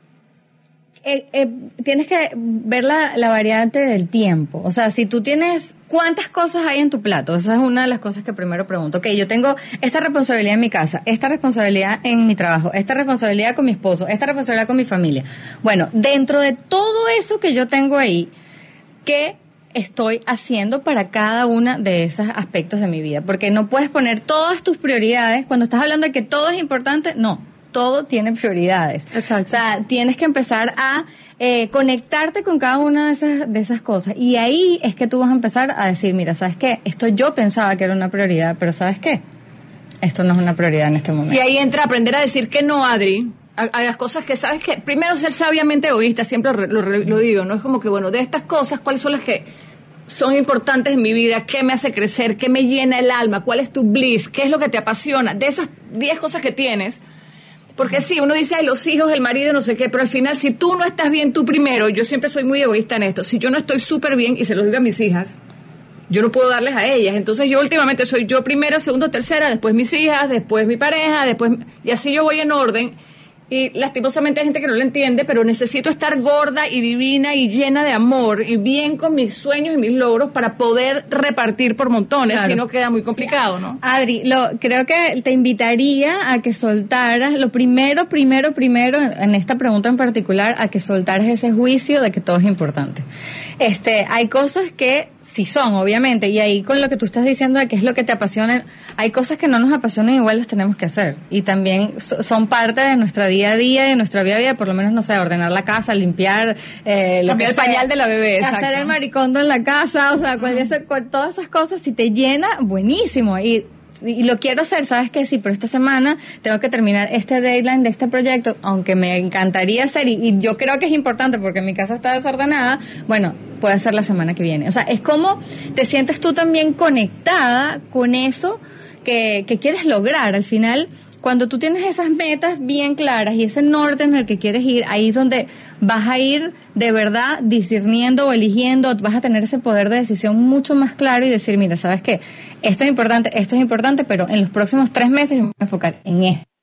Eh, eh, tienes que ver la, la variante del tiempo. O sea, si tú tienes cuántas cosas hay en tu plato, esa es una de las cosas que primero pregunto. Ok, yo tengo esta responsabilidad en mi casa, esta responsabilidad en mi trabajo, esta responsabilidad con mi esposo, esta responsabilidad con mi familia. Bueno, dentro de todo eso que yo tengo ahí, ¿qué estoy haciendo para cada uno de esos aspectos de mi vida? Porque no puedes poner todas tus prioridades cuando estás hablando de que todo es importante. No, todo tiene prioridades. Exacto. O sea, tienes que empezar a eh, conectarte con cada una de esas, de esas cosas. Y ahí es que tú vas a empezar a decir, mira, ¿sabes qué? Esto yo pensaba que era una prioridad, pero ¿sabes qué? Esto no es una prioridad en este momento. Y ahí entra aprender a decir que no, Adri, a, a las cosas que sabes que... Primero, ser sabiamente egoísta, siempre lo, lo, lo digo, ¿no? Es como que, bueno, de estas cosas, ¿cuáles son las que son importantes en mi vida? ¿Qué me hace crecer? ¿Qué me llena el alma? ¿Cuál es tu bliss? ¿Qué es lo que te apasiona? De esas diez cosas que tienes... Porque sí, uno dice, ay, los hijos, el marido, no sé qué, pero al final, si tú no estás bien tú primero, yo siempre soy muy egoísta en esto, si yo no estoy súper bien, y se los digo a mis hijas, yo no puedo darles a ellas, entonces yo últimamente soy yo primero, segundo, tercera, después mis hijas, después mi pareja, después, y así yo voy en orden, y lastimosamente hay gente que no lo entiende, pero necesito estar gorda y divina y llena de amor, y bien con mis sueños y mis logros para poder repartir por montones, claro. Si no queda muy complicado, sí. ¿No? Adri, lo, creo que te invitaría a que soltaras, lo primero, primero, primero, en esta pregunta en particular, a que soltaras ese juicio de que todo es importante. Este, hay cosas que sí son, obviamente, y ahí con lo que tú estás diciendo de qué es lo que te apasiona, hay cosas que no nos apasionan, igual las tenemos que hacer, y también so, son parte de nuestra día a día, de nuestra vida a vida, por lo menos, no sé, ordenar la casa, limpiar, eh, lo cambiar que el pañal de la bebé, hacer exacto. el maricondo en la casa, o sea, cual, cual, todas esas cosas, si te llena, buenísimo, y y lo quiero hacer, ¿sabes qué? Sí, pero esta semana tengo que terminar este deadline de este proyecto, aunque me encantaría hacer, y, y yo creo que es importante porque mi casa está desordenada, bueno, puede ser la semana que viene. O sea, es como te sientes tú también conectada con eso que, que quieres lograr. Al final, cuando tú tienes esas metas bien claras y ese norte en el que quieres ir, ahí es donde vas a ir de verdad discerniendo o eligiendo, vas a tener ese poder de decisión mucho más claro y decir, mira, ¿sabes qué? Esto es importante, esto es importante, pero en los próximos tres meses me voy a enfocar en esto.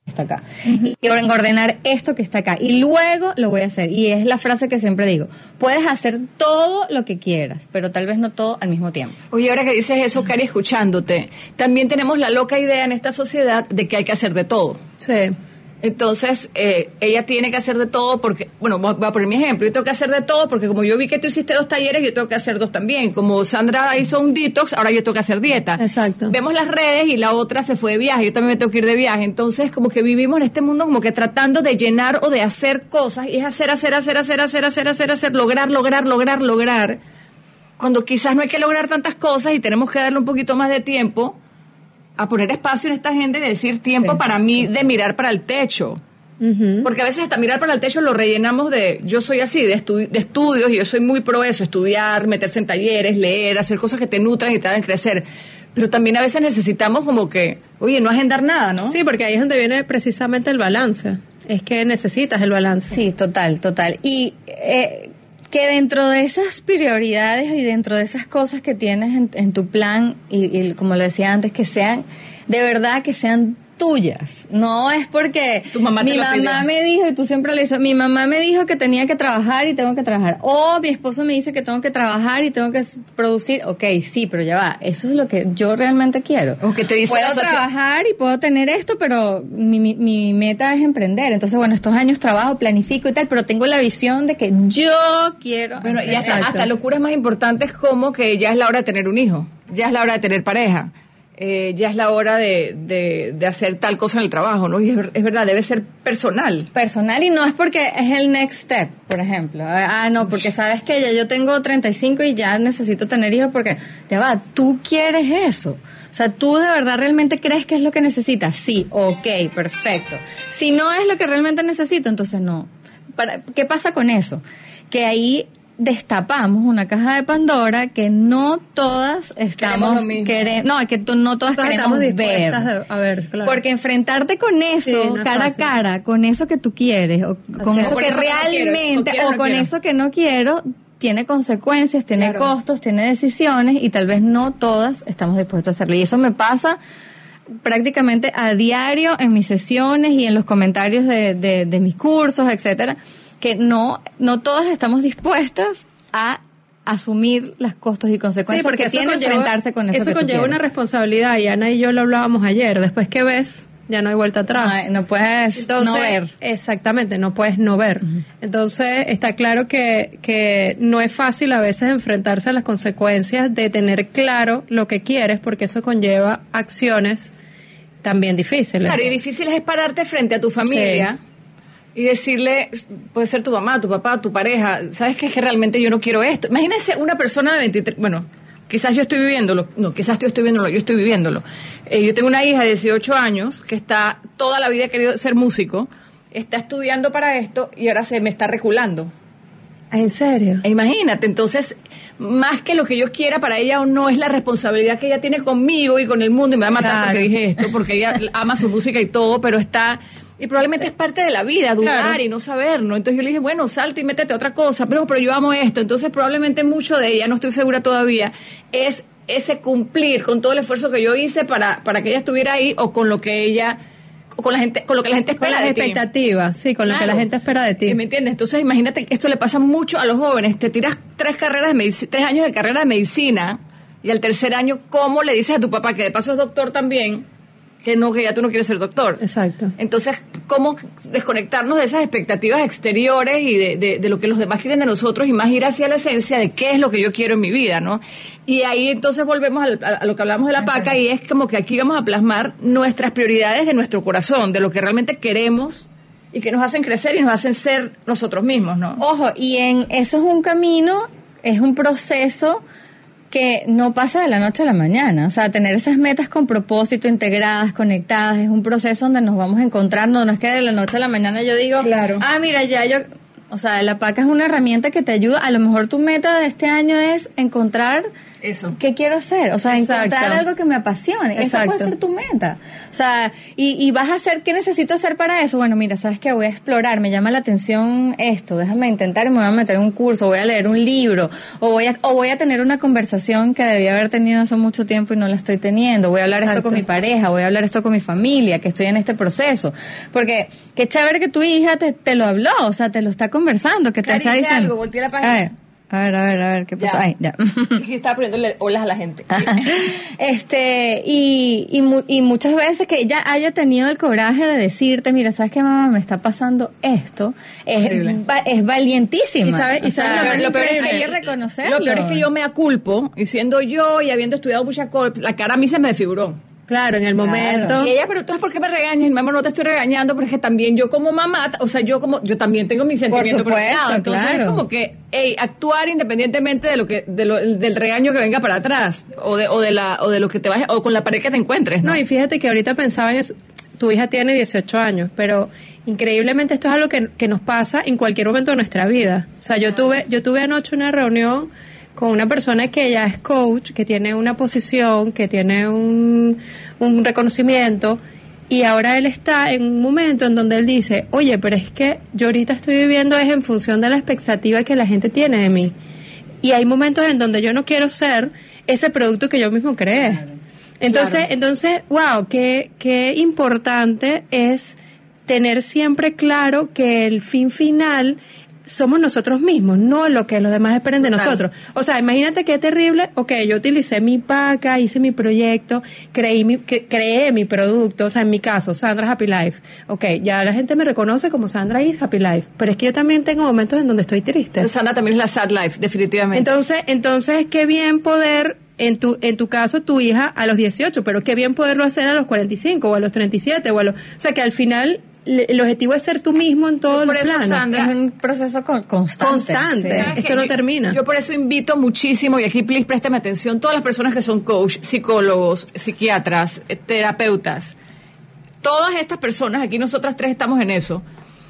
está acá. Uh-huh. Y ordenar esto que está acá. Y luego lo voy a hacer. Y es la frase que siempre digo. Puedes hacer todo lo que quieras, pero tal vez no todo al mismo tiempo. Oye, ahora que dices eso, Cari, escuchándote, también tenemos la loca idea en esta sociedad de que hay que hacer de todo. Sí. Entonces, eh, ella tiene que hacer de todo porque, bueno, voy a poner mi ejemplo, yo tengo que hacer de todo porque como yo vi que tú hiciste dos talleres, yo tengo que hacer dos también. Como Sandra hizo un detox, ahora yo tengo que hacer dieta. Exacto. Vemos las redes y la otra se fue de viaje, yo también me tengo que ir de viaje. Entonces, como que vivimos en este mundo como que tratando de llenar o de hacer cosas, y es hacer, hacer, hacer, hacer, hacer, hacer, hacer, hacer, lograr, lograr, lograr, lograr, cuando quizás no hay que lograr tantas cosas y tenemos que darle un poquito más de tiempo a poner espacio en esta gente y decir tiempo sí, para mí de mirar para el techo. Uh-huh. Porque a veces hasta mirar para el techo lo rellenamos de, yo soy así, de, estu- de estudios, y yo soy muy pro eso, estudiar, meterse en talleres, leer, hacer cosas que te nutran y te hagan crecer. Pero también a veces necesitamos como que, oye, no agendar nada, ¿no? Sí, porque ahí es donde viene precisamente el balance. Es que necesitas el balance. Sí, total, total. Y eh, que dentro de esas prioridades y dentro de esas cosas que tienes en, en tu plan, y, y como lo decía antes, que sean, de verdad, que sean tuyas. No es porque tu mamá mi mamá me dijo, y tú siempre le dices, mi mamá me dijo que tenía que trabajar y tengo que trabajar. O mi esposo me dice que tengo que trabajar y tengo que producir. Ok, sí, pero ya va. Eso es lo que yo realmente quiero. O que te dice puedo trabajar y puedo tener esto, pero mi, mi, mi meta es emprender. Entonces, bueno, estos años trabajo, planifico y tal, pero tengo la visión de que yo quiero. Bueno, y hasta, hasta locuras más importantes como que ya es la hora de tener un hijo, ya es la hora de tener pareja. Eh, ya es la hora de, de, de hacer tal cosa en el trabajo, ¿no? Y es, es verdad, debe ser personal. Personal, y no es porque es el next step, por ejemplo. Ah, no, porque sabes que ya yo tengo treinta y cinco y ya necesito tener hijos porque, ya va, tú quieres eso. O sea, ¿tú de verdad realmente crees que es lo que necesitas? Sí, ok, perfecto. Si no es lo que realmente necesito, entonces no. Para, ¿qué pasa con eso? Que ahí destapamos una caja de Pandora que no todas estamos queremos, no, que tú, no todas, todas queremos ver. De, a ver, claro. Porque enfrentarte con eso, sí, no cara a cara, con eso que tú quieres, o Así con eso que eso realmente, no quiero, o, o con quiero. eso que no quiero, tiene consecuencias, tiene claro. costos, tiene decisiones, y tal vez no todas estamos dispuestos a hacerlo. Y eso me pasa prácticamente a diario en mis sesiones y en los comentarios de, de, de mis cursos, etcétera, que no no todas estamos dispuestas a asumir los costos y consecuencias, sí, porque que tiene conlleva, enfrentarse con eso. Eso que conlleva una responsabilidad, y Ana y yo lo hablábamos ayer. Después que ves, ya no hay vuelta atrás. No, no puedes Entonces, no ver. Exactamente, no puedes no ver. Uh-huh. Entonces, está claro que, que no es fácil a veces enfrentarse a las consecuencias de tener claro lo que quieres, porque eso conlleva acciones también difíciles. Claro, y difíciles es pararte frente a tu familia. Sí. Y decirle, puede ser tu mamá, tu papá, tu pareja, ¿sabes qué? Es que realmente yo no quiero esto. Imagínense una persona de veintitrés, bueno, quizás yo estoy viviéndolo, no, quizás yo estoy viviéndolo, yo estoy viviéndolo. Eh, yo tengo una hija de dieciocho años que está, toda la vida ha querido ser músico, está estudiando para esto y ahora se me está reculando. ¿En serio? E imagínate, entonces, más que lo que yo quiera para ella o no, es la responsabilidad que ella tiene conmigo y con el mundo, y me va a matar claro. porque dije esto, porque ella ama su música y todo, pero está... Y probablemente es parte de la vida, dudar claro. y no saber, ¿no? Entonces yo le dije, bueno, salte y métete a otra cosa, pero, pero yo amo esto. Entonces probablemente mucho de ella, no estoy segura todavía, es ese cumplir con todo el esfuerzo que yo hice para, para que ella estuviera ahí, o con lo que ella, o con la gente, con lo que la gente espera de ti. Con las expectativas, sí, con claro. lo que la gente espera de ti. ¿Me entiendes? Entonces imagínate que esto le pasa mucho a los jóvenes. Te tiras tres carreras de medic- tres años de carrera de medicina, y al tercer año, ¿cómo le dices a tu papá, que de paso es doctor también, que no, que ya tú no quieres ser doctor? Exacto. Entonces, ¿cómo desconectarnos de esas expectativas exteriores y de, de, de lo que los demás quieren de nosotros, y más ir hacia la esencia de qué es lo que yo quiero en mi vida, ¿no? Y ahí entonces volvemos al, a, a lo que hablamos de la Exacto. paca, y es como que aquí vamos a plasmar nuestras prioridades de nuestro corazón, de lo que realmente queremos y que nos hacen crecer y nos hacen ser nosotros mismos, ¿no? Ojo, y en eso es un camino, es un proceso que no pasa de la noche a la mañana. O sea, tener esas metas con propósito, integradas, conectadas, es un proceso donde nos vamos encontrando. No es que de la noche a la mañana yo digo, claro. ah, mira, ya yo... O sea, la paca es una herramienta que te ayuda. A lo mejor tu meta de este año es encontrar Eso. ¿Qué quiero hacer? O sea, Exacto. encontrar algo que me apasione. Esa Exacto. puede ser tu meta. O sea, y, y vas a hacer, ¿qué necesito hacer para eso? Bueno, mira, ¿sabes qué? Voy a explorar, me llama la atención esto, déjame intentar y me voy a meter en un curso, voy a leer un libro, o voy a, o voy a tener una conversación que debía haber tenido hace mucho tiempo y no la estoy teniendo, voy a hablar Exacto. esto con mi pareja, voy a hablar esto con mi familia, que estoy en este proceso. Porque qué chévere que tu hija te, te lo habló, o sea, te lo está conversando, que te Cari, está dice diciendo. algo, voltea la página. A ver, a ver, a ver, a ver, ¿qué pasó? Ya. Ay, ya. Yo estaba poniéndole olas a la gente. este y, y, mu- y muchas veces que ella haya tenido el coraje de decirte, mira, ¿sabes qué, mamá? Me está pasando esto. Es, Increíble. va- es valientísima. Y sabe- y O sabe sea, lo más lo peor es que increíble. hay que reconocerlo. Lo peor es que yo me aculpo, y siendo yo y habiendo estudiado muchas cosas, la cara a mí se me desfiguró. Claro, en el Claro. momento. Y ella, pero entonces, ¿por qué me regañas? Mi amor, no te estoy regañando, pero es que también yo como mamá, o sea, yo como, yo también tengo mis sentimientos. supuesto, pero nada, entonces claro. es como que, hey, actuar independientemente de lo que, de lo, del regaño que venga para atrás, o de, o de la, o de lo que te vayas, o con la pared que te encuentres, ¿no? No, y fíjate que ahorita pensaba en eso. Tu hija tiene dieciocho años, pero increíblemente esto es algo que, que nos pasa en cualquier momento de nuestra vida. O sea, yo tuve, yo tuve anoche una reunión con una persona que ya es coach, que tiene una posición, que tiene un, un reconocimiento, y ahora él está en un momento en donde él dice, oye, pero es que yo ahorita estoy viviendo es en función de la expectativa que la gente tiene de mí. Y hay momentos en donde yo no quiero ser ese producto que yo mismo creé. Entonces, Claro. entonces, wow, qué, qué importante es tener siempre claro que el fin final somos nosotros mismos, no lo que los demás esperen de Total. nosotros. O sea, imagínate qué terrible, ok, yo utilicé mi paca, hice mi proyecto, creí mi, cre- creé mi producto, o sea, en mi caso, Sandra Happy Life. Ok, ya la gente me reconoce como Sandra is Happy Life, pero es que yo también tengo momentos en donde estoy triste. Sandra también es la sad life, definitivamente. Entonces, entonces qué bien poder, en tu en tu caso, tu hija a los dieciocho, pero qué bien poderlo hacer a los cuarenta y cinco o a los treinta y siete o a los, o sea, que al final le- el objetivo es ser tú mismo en todos Por los eso, planos. Sandra, Es un proceso con- constante. Constante. sí. ¿Sabes Esto qué? no Yo- termina. Yo por eso invito muchísimo, y aquí please préstame atención, todas las personas que son coach, psicólogos, psiquiatras, eh, terapeutas, todas estas personas, aquí nosotras tres estamos en eso,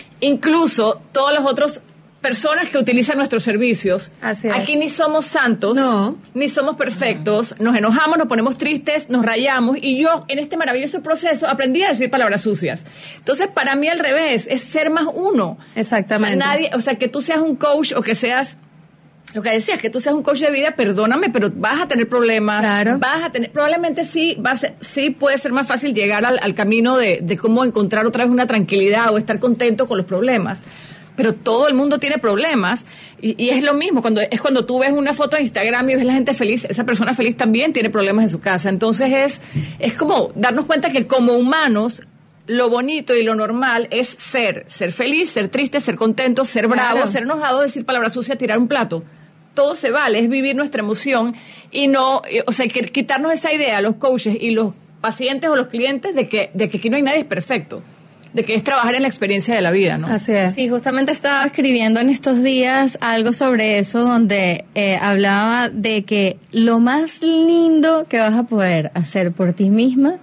incluso todos los otros personas que utilizan nuestros servicios. Así es. Aquí ni somos santos, No. ni somos perfectos, nos enojamos, nos ponemos tristes, nos rayamos, y yo en este maravilloso proceso aprendí a decir palabras sucias. Entonces, para mí al revés, es ser más uno. Exactamente. O sea, nadie, o sea, que tú seas un coach o que seas, lo que decías, que tú seas un coach de vida, perdóname, pero vas a tener problemas, Claro. vas a tener, probablemente sí, va a ser, sí puede ser más fácil llegar al, al camino de, de cómo encontrar otra vez una tranquilidad o estar contento con los problemas. Pero todo el mundo tiene problemas, y, y es lo mismo, cuando es cuando tú ves una foto en Instagram y ves la gente feliz, esa persona feliz también tiene problemas en su casa. Entonces es, es como darnos cuenta que como humanos, lo bonito y lo normal es ser, ser feliz, ser triste, ser contento, ser bravo, Claro. ser enojado, decir palabras sucias, tirar un plato. Todo se vale, es vivir nuestra emoción y no, eh, o sea, que quitarnos esa idea a los coaches y los pacientes o los clientes de que, de que aquí no hay nadie perfecto, de que es trabajar en la experiencia de la vida, ¿no? Así es. Sí, justamente estaba escribiendo en estos días algo sobre eso, donde eh, hablaba de que lo más lindo que vas a poder hacer por ti misma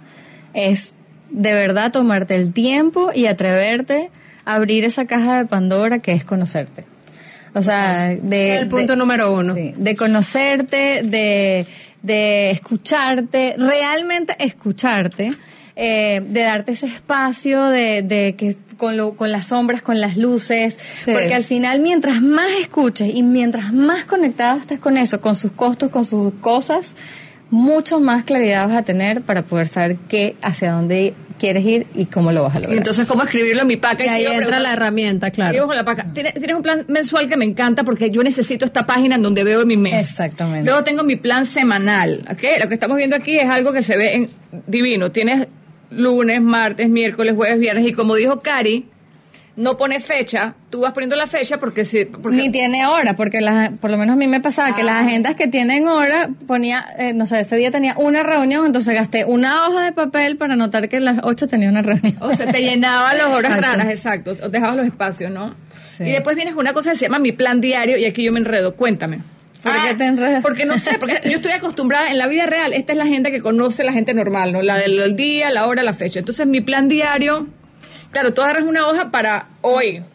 es de verdad tomarte el tiempo y atreverte a abrir esa caja de Pandora que es conocerte. O sea, de... el punto de- número uno. sí, de conocerte, de, de escucharte, realmente escucharte, eh, de darte ese espacio de, de que con, lo, con las sombras, con las luces, Sí. porque al final mientras más escuches y mientras más conectado estés con eso, con sus costos, con sus cosas, mucho más claridad vas a tener para poder saber qué, hacia dónde quieres ir y cómo lo vas a Y lograr. entonces, ¿cómo escribirlo en mi paca? Y ahí sigo entra preguntando- la herramienta, sigo claro. con la paca. ¿Tienes, tienes un plan mensual que me encanta porque yo necesito esta página en donde veo mi mes. Exactamente. Luego tengo mi plan semanal, ¿ok? Lo que estamos viendo aquí es algo que se ve en divino. Tienes lunes, martes, miércoles, jueves, viernes, y como dijo Cari, no pone fecha, tú vas poniendo la fecha porque si... Porque Ni tiene hora, porque las, por lo menos a mí me pasaba que Ah. las agendas que tienen hora, ponía, eh, no sé, ese día tenía una reunión, entonces gasté una hoja de papel para anotar que a las ocho tenía una reunión. O sea, te llenaba las horas Exacto. raras, exacto, o dejabas los espacios, ¿no? Sí. Y después vienes con una cosa que se llama mi plan diario, y aquí yo me enredo, cuéntame. ¿Por qué te enredas? Porque no sé, porque yo estoy acostumbrada en la vida real, esta es la agenda que conoce la gente normal, ¿no? La del día, la hora, la fecha. Entonces mi plan diario, claro, tú agarras una hoja para hoy,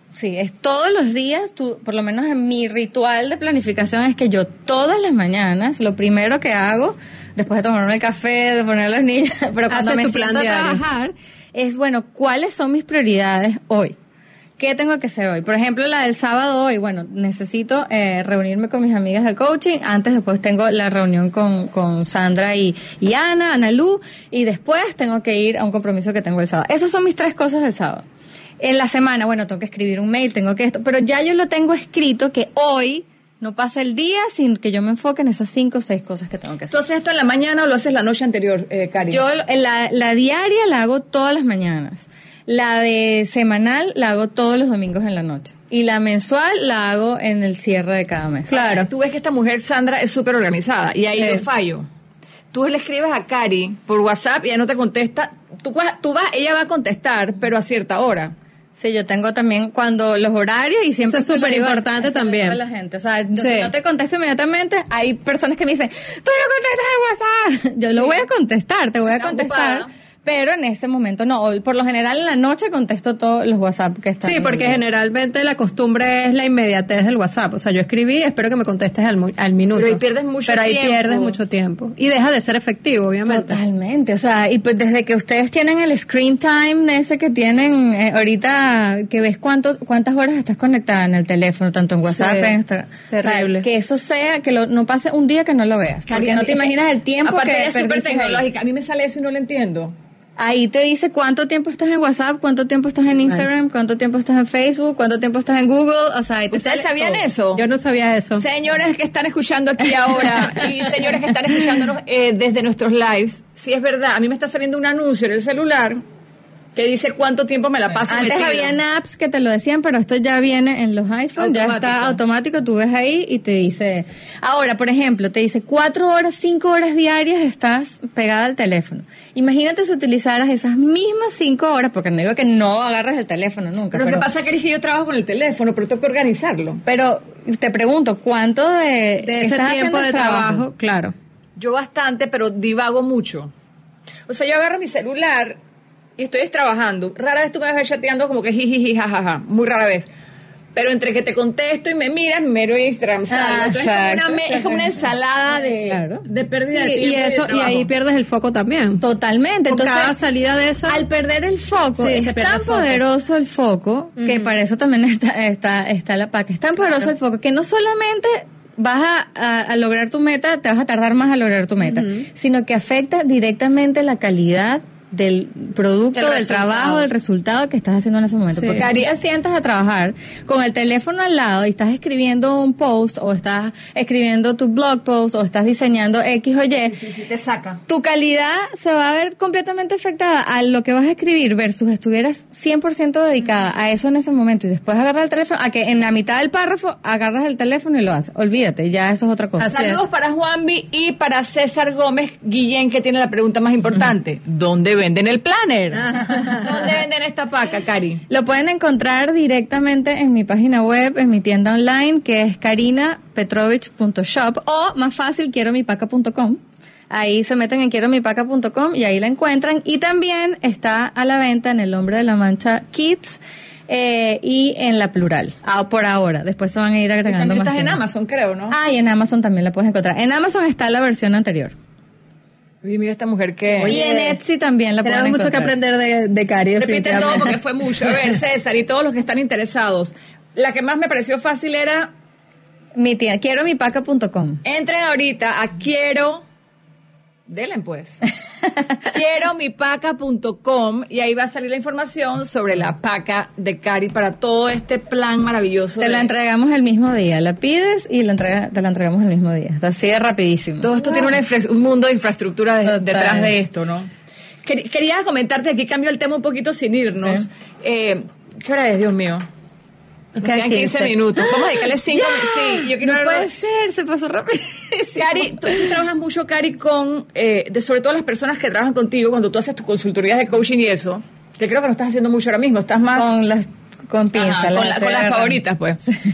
Sí, es todos los días, tú, por lo menos en mi ritual de planificación es que yo todas las mañanas, lo primero que hago, después de tomarme el café, de poner a los niños, pero cuando me siento a trabajar, es, bueno, ¿cuáles son mis prioridades hoy? ¿Qué tengo que hacer hoy? Por ejemplo, la del sábado hoy, bueno, necesito eh, reunirme con mis amigas del coaching. Antes, después tengo la reunión con, con Sandra y, y Ana, Ana Lu, y después tengo que ir a un compromiso que tengo el sábado. Esas son mis tres cosas del sábado. En la semana, bueno, tengo que escribir un mail, tengo que esto, pero ya yo lo tengo escrito que hoy no pasa el día sin que yo me enfoque en esas cinco o seis cosas que tengo que hacer. ¿Tú haces esto en la mañana o lo haces la noche anterior, eh, Cari? Yo la, la diaria la hago todas las mañanas. La de semanal la hago todos los domingos en la noche. Y la mensual la hago en el cierre de cada mes. Claro. Tú ves que esta mujer, Sandra, es súper organizada. Y ahí sí. yo fallo. Tú le escribes a Cari por WhatsApp y ella no te contesta. Tú, tú vas, ella va a contestar, pero a cierta hora. Sí, yo tengo también cuando los horarios y siempre... Eso es súper importante también. La gente. O sea, sí. si no te contesto inmediatamente, hay personas que me dicen, tú no contestas el WhatsApp. Yo sí. lo voy a contestar, te voy a contestar. Ocupada. Pero en ese momento no, por lo general en la noche contesto todos los WhatsApp que están. Sí, porque generalmente la costumbre es la inmediatez del WhatsApp. O sea, yo escribí, espero que me contestes al, al minuto. Pero ahí pierdes mucho Pero tiempo. Pero ahí pierdes mucho tiempo. Y deja de ser efectivo, obviamente. Totalmente, o sea, y pues desde que ustedes tienen el screen time ese que tienen eh, ahorita, que ves cuánto cuántas horas estás conectada en el teléfono, tanto en WhatsApp, sí, en Instagram. terrible. O sea, que eso sea, que lo, no pase un día que no lo veas. Porque Cari, no te imaginas el tiempo aparte que es súper tecnológica. ahí. A mí me sale eso y no lo entiendo. Ahí te dice cuánto tiempo estás en WhatsApp, cuánto tiempo estás en Instagram, Ay. cuánto tiempo estás en Facebook, cuánto tiempo estás en Google, o sea, ahí te ¿Ustedes sabían todo. eso? Yo no sabía eso. Señores que están escuchando aquí ahora y señores que están escuchándonos eh, desde nuestros lives, sí es verdad, a mí me está saliendo un anuncio en el celular que dice cuánto tiempo me la paso Antes metido. habían apps que te lo decían, pero esto ya viene en los iPhones, ya está automático, tú ves ahí y te dice... Ahora, por ejemplo, te dice cuatro horas, cinco horas diarias estás pegada al teléfono. Imagínate si utilizaras esas mismas cinco horas, porque no digo que no agarres el teléfono nunca. Pero, pero lo que pasa es que yo trabajo con el teléfono, pero tengo que organizarlo. Pero te pregunto, ¿cuánto de... De ese tiempo de trabajo? trabajo? Claro. Yo bastante, pero divago mucho. O sea, yo agarro mi celular... y estoy trabajando. Rara vez tú me vas a ver chateando como que jijiji, jajaja. Muy rara vez. Pero entre que te contesto y me miras, mero Instagram. Ah, Entonces es como, una, es como una ensalada de, claro. de pérdida sí, de tiempo. Y, eso, y, y ahí pierdes el foco también. Totalmente. Con Entonces, cada salida de esa. Al perder el foco, sí, es tan poderoso el foco, uh-huh. que para eso también está, está, está la P A C. Es tan poderoso claro. el foco que no solamente vas a, a, a lograr tu meta, te vas a tardar más a lograr tu meta, uh-huh. sino que afecta directamente la calidad del producto, del trabajo, del resultado que estás haciendo en ese momento. Sí. Porque si te sientas a trabajar con el teléfono al lado y estás escribiendo un post o estás escribiendo tu blog post o estás diseñando X o Y, sí, sí, sí, te saca. Tu calidad se va a ver completamente afectada a lo que vas a escribir versus estuvieras cien por ciento dedicada a eso en ese momento y después agarras el teléfono, a que en la mitad del párrafo agarras el teléfono y lo haces. Olvídate, ya eso es otra cosa. Así Saludos es. Para Juanvi y para César Gómez Guillén, que tiene la pregunta más importante. Uh-huh. ¿Dónde venden el planner? ¿Dónde venden esta paca, Cari? Lo pueden encontrar directamente en mi página web, en mi tienda online, que es karina petrovich punto shop, o más fácil, quiero mi paca punto com. Ahí se meten en quiero mi paca punto com y ahí la encuentran. Y también está a la venta en el Hombre de la Mancha Kids eh, y en la Plural, ah, por ahora. Después se van a ir agregando también más. Estás tiempo. En Amazon, creo, ¿no? Ah, y en Amazon también la puedes encontrar. En Amazon está la versión anterior. Oye, mira esta mujer que... Oye, y en Etsy también la pueden encontrar. Tenemos mucho que aprender de, de Cari, Repite todo porque fue mucho. A ver, César y todos los que están interesados. La que más me pareció fácil era... Mi tía, quiero mi paca punto com. Entren ahorita a quiero... Denle pues. quiero mi paca punto com y ahí va a salir la información sobre la paca de Cari para todo este plan maravilloso. Te de... la entregamos el mismo día. La pides y la entrega, te la entregamos el mismo día. Así de rapidísimo. Todo esto wow. tiene una infra- un mundo de infraestructura de, detrás de esto, ¿no? Quería comentarte, aquí cambio el tema un poquito sin irnos. Sí. Eh, ¿Qué hora es, Dios mío? Nos quedan quince minutos. Vamos a dedicarle cinco minutos. Sí, yo quiero no puede ser, se pasó rápido. Cari, tú, tú trabajas mucho, Cari, con, eh, de, sobre todo las personas que trabajan contigo cuando tú haces tus consultorías de coaching y eso, que creo que no estás haciendo mucho ahora mismo, estás más... Con las, con pinzas. Ajá, con, la, con las favoritas, pues.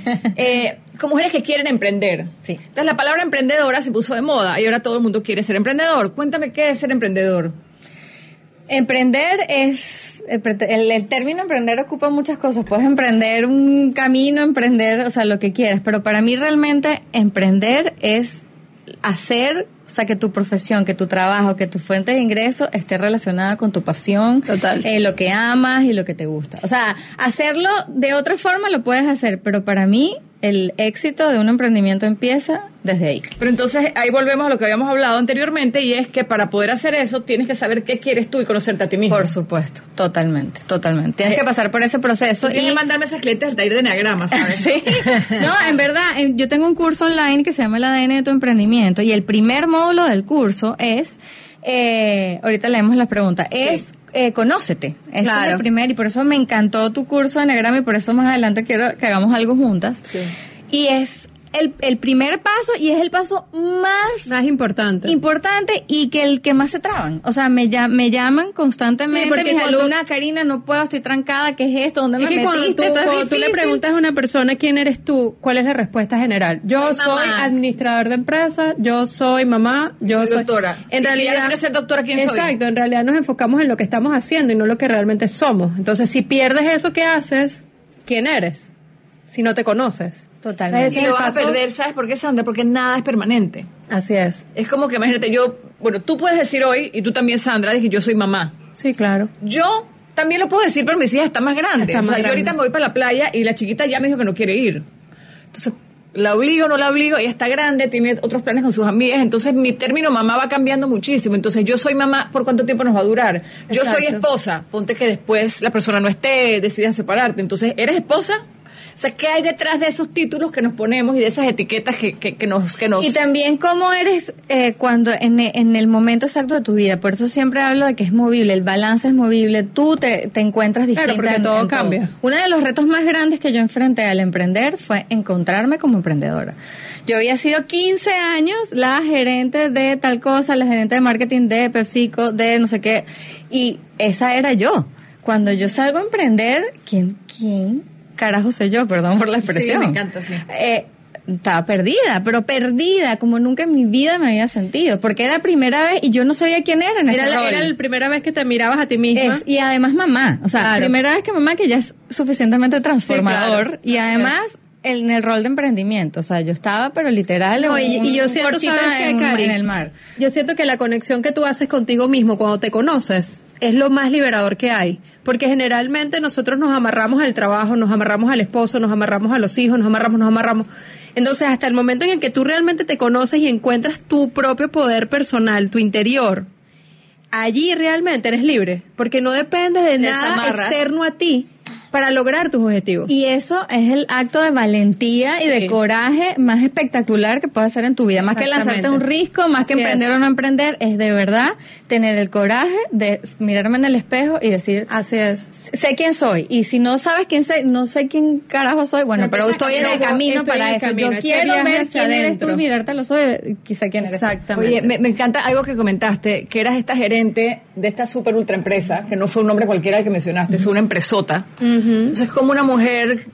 eh, con mujeres que quieren emprender. Sí. Entonces la palabra emprendedora se puso de moda y ahora todo el mundo quiere ser emprendedor. Cuéntame qué es ser emprendedor. Emprender es, el, el término emprender ocupa muchas cosas. Puedes emprender un camino, emprender, o sea, lo que quieras. Pero para mí realmente emprender es hacer, o sea, que tu profesión, que tu trabajo, que tu fuente de ingreso esté relacionada con tu pasión. Total. Eh, lo que amas y lo que te gusta. O sea, hacerlo de otra forma lo puedes hacer, pero para mí el éxito de un emprendimiento empieza desde ahí. Pero entonces ahí volvemos a lo que habíamos hablado anteriormente, y es que para poder hacer eso tienes que saber qué quieres tú y conocerte a ti mismo. Por supuesto, totalmente, totalmente. Tienes que pasar por ese proceso. Tienes y que mandarme esas clientes del taller de Enneagrama, ¿sabes? Sí. No, en verdad, yo tengo un curso online que se llama el A D N de tu emprendimiento, y el primer módulo del curso es, eh, ahorita leemos las preguntas, es... Sí. Eh, conócete, ese claro. es el primer, y por eso me encantó tu curso de Enneagrama, y por eso más adelante quiero que hagamos algo juntas. Sí. Y es el, el primer paso, y es el paso más más importante importante y que el que más se traban. O sea, me, me llaman constantemente sí, mis cuando, alumnas, Karina, no puedo, estoy trancada, ¿qué es esto? ¿Dónde es me que metiste? Cuando, tú, cuando tú le preguntas a una persona quién eres tú, ¿cuál es la respuesta general? Yo soy, soy administrador de empresas, yo soy mamá, yo soy, soy doctora. En y realidad, si ya no ser doctora, ¿quién exacto, soy? Exacto, en realidad nos enfocamos en lo que estamos haciendo y no lo que realmente somos. Entonces, si pierdes eso que haces, ¿quién eres? Si no te conoces. Totalmente. O sea, y lo vas a perder, ¿sabes por qué, Sandra? Porque nada es permanente. Así es. Es como que, imagínate, yo, bueno, tú puedes decir hoy, y tú también, Sandra, dije, yo soy mamá. Sí, claro. Yo también lo puedo decir, pero mis hijas están más grandes. Está o sea, más yo grande. ahorita me voy para la playa y la chiquita ya me dijo que no quiere ir. Entonces, la obligo, no la obligo, ella está grande, tiene otros planes con sus amigas, entonces mi término mamá va cambiando muchísimo. Entonces, yo soy mamá, ¿por cuánto tiempo nos va a durar? Yo Exacto. soy esposa, ponte que después la persona no esté, decidas separarte. Entonces, ¿eres esposa? O sea, ¿qué hay detrás de esos títulos que nos ponemos y de esas etiquetas que, que, que nos... Que nos... Y también cómo eres eh, cuando en, en el momento exacto de tu vida. Por eso siempre hablo de que es movible, el balance es movible, tú te, te encuentras distinta. Claro, porque en, todo en cambia. Todo. Uno de los retos más grandes que yo enfrenté al emprender fue encontrarme como emprendedora. Yo había sido quince años la gerente de tal cosa, la gerente de marketing de PepsiCo, de no sé qué, y esa era yo. Cuando yo salgo a emprender, ¿quién, quién? Carajo soy yo, perdón por la expresión. Sí, me encanta, sí. Eh, estaba perdida, pero perdida como nunca en mi vida me había sentido, porque era la primera vez y yo no sabía quién era en ese era, rol. Era la primera vez que te mirabas a ti misma. Es, y además mamá, o sea, claro. primera vez que mamá, que ya es suficientemente transformador, sí, claro. y además en el rol de emprendimiento, o sea, yo estaba pero literal no, y, un, y yo siento, cortito ¿sabes qué, en, Cari? en el mar. Yo siento que la conexión que tú haces contigo mismo cuando te conoces es lo más liberador que hay, porque generalmente nosotros nos amarramos al trabajo, nos amarramos al esposo, nos amarramos a los hijos, nos amarramos, nos amarramos. Entonces, hasta el momento en el que tú realmente te conoces y encuentras tu propio poder personal, tu interior, allí realmente eres libre, porque no dependes de nada externo a ti para lograr tus objetivos. Y eso es el acto de valentía y sí. de coraje más espectacular que puedes hacer en tu vida. Más que lanzarte un risco, más Así que emprender es. o no emprender, es de verdad tener el coraje de mirarme en el espejo y decir, Así es. sé quién soy. Y si no sabes quién soy, no sé quién carajo soy, bueno, pero, pero estoy en el camino estoy para el eso. Camino. Yo quiero ver quién adentro. eres tú y mirarte a los ojos y quizá quién eres. Exactamente. Oye, me, me encanta algo que comentaste, que eras esta gerente de esta super ultra empresa, que no fue un nombre cualquiera el que mencionaste, uh-huh. fue una empresota. Uh-huh. Entonces, como una mujer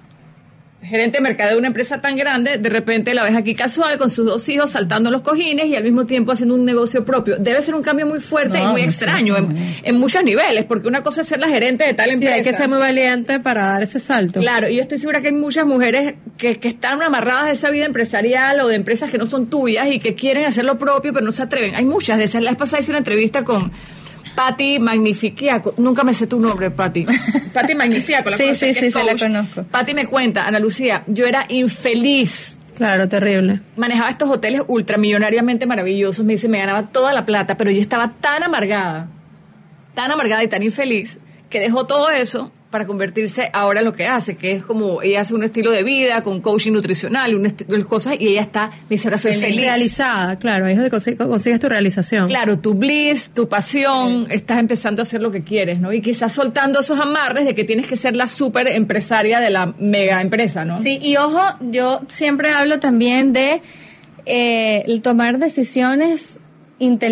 gerente de mercado de una empresa tan grande, de repente la ves aquí casual con sus dos hijos saltando los cojines y al mismo tiempo haciendo un negocio propio. Debe ser un cambio muy fuerte no, y muy extraño en, en muchos niveles, porque una cosa es ser la gerente de tal sí, empresa. Hay que ser muy valiente para dar ese salto. Claro, y yo estoy segura que hay muchas mujeres que, que están amarradas de esa vida empresarial o de empresas que no son tuyas y que quieren hacer lo propio pero no se atreven. Hay muchas de esas. La vez pasada hice una entrevista con Patti Magnifiquiaco, nunca me sé tu nombre, Patti. Patti Magnifiaco, la sí, sí, sí, se la conozco. Patti me cuenta, Ana Lucía, yo era infeliz. Claro, terrible. Manejaba estos hoteles ultramillonariamente maravillosos, me dice, me ganaba toda la plata, pero yo estaba tan amargada, tan amargada y tan infeliz, que dejó todo eso para convertirse ahora en lo que hace, que es como, ella hace un estilo de vida con coaching nutricional, un estilo de cosas, y ella está, me dice, ahora soy feliz. Realizada, claro, ahí es donde consigues, consigues tu realización. Claro, tu bliss, tu pasión, sí. Estás empezando a hacer lo que quieres, ¿no? Y quizás soltando esos amarres de que tienes que ser la súper empresaria de la mega empresa, ¿no? Sí, y ojo, yo siempre hablo también de eh, el tomar decisiones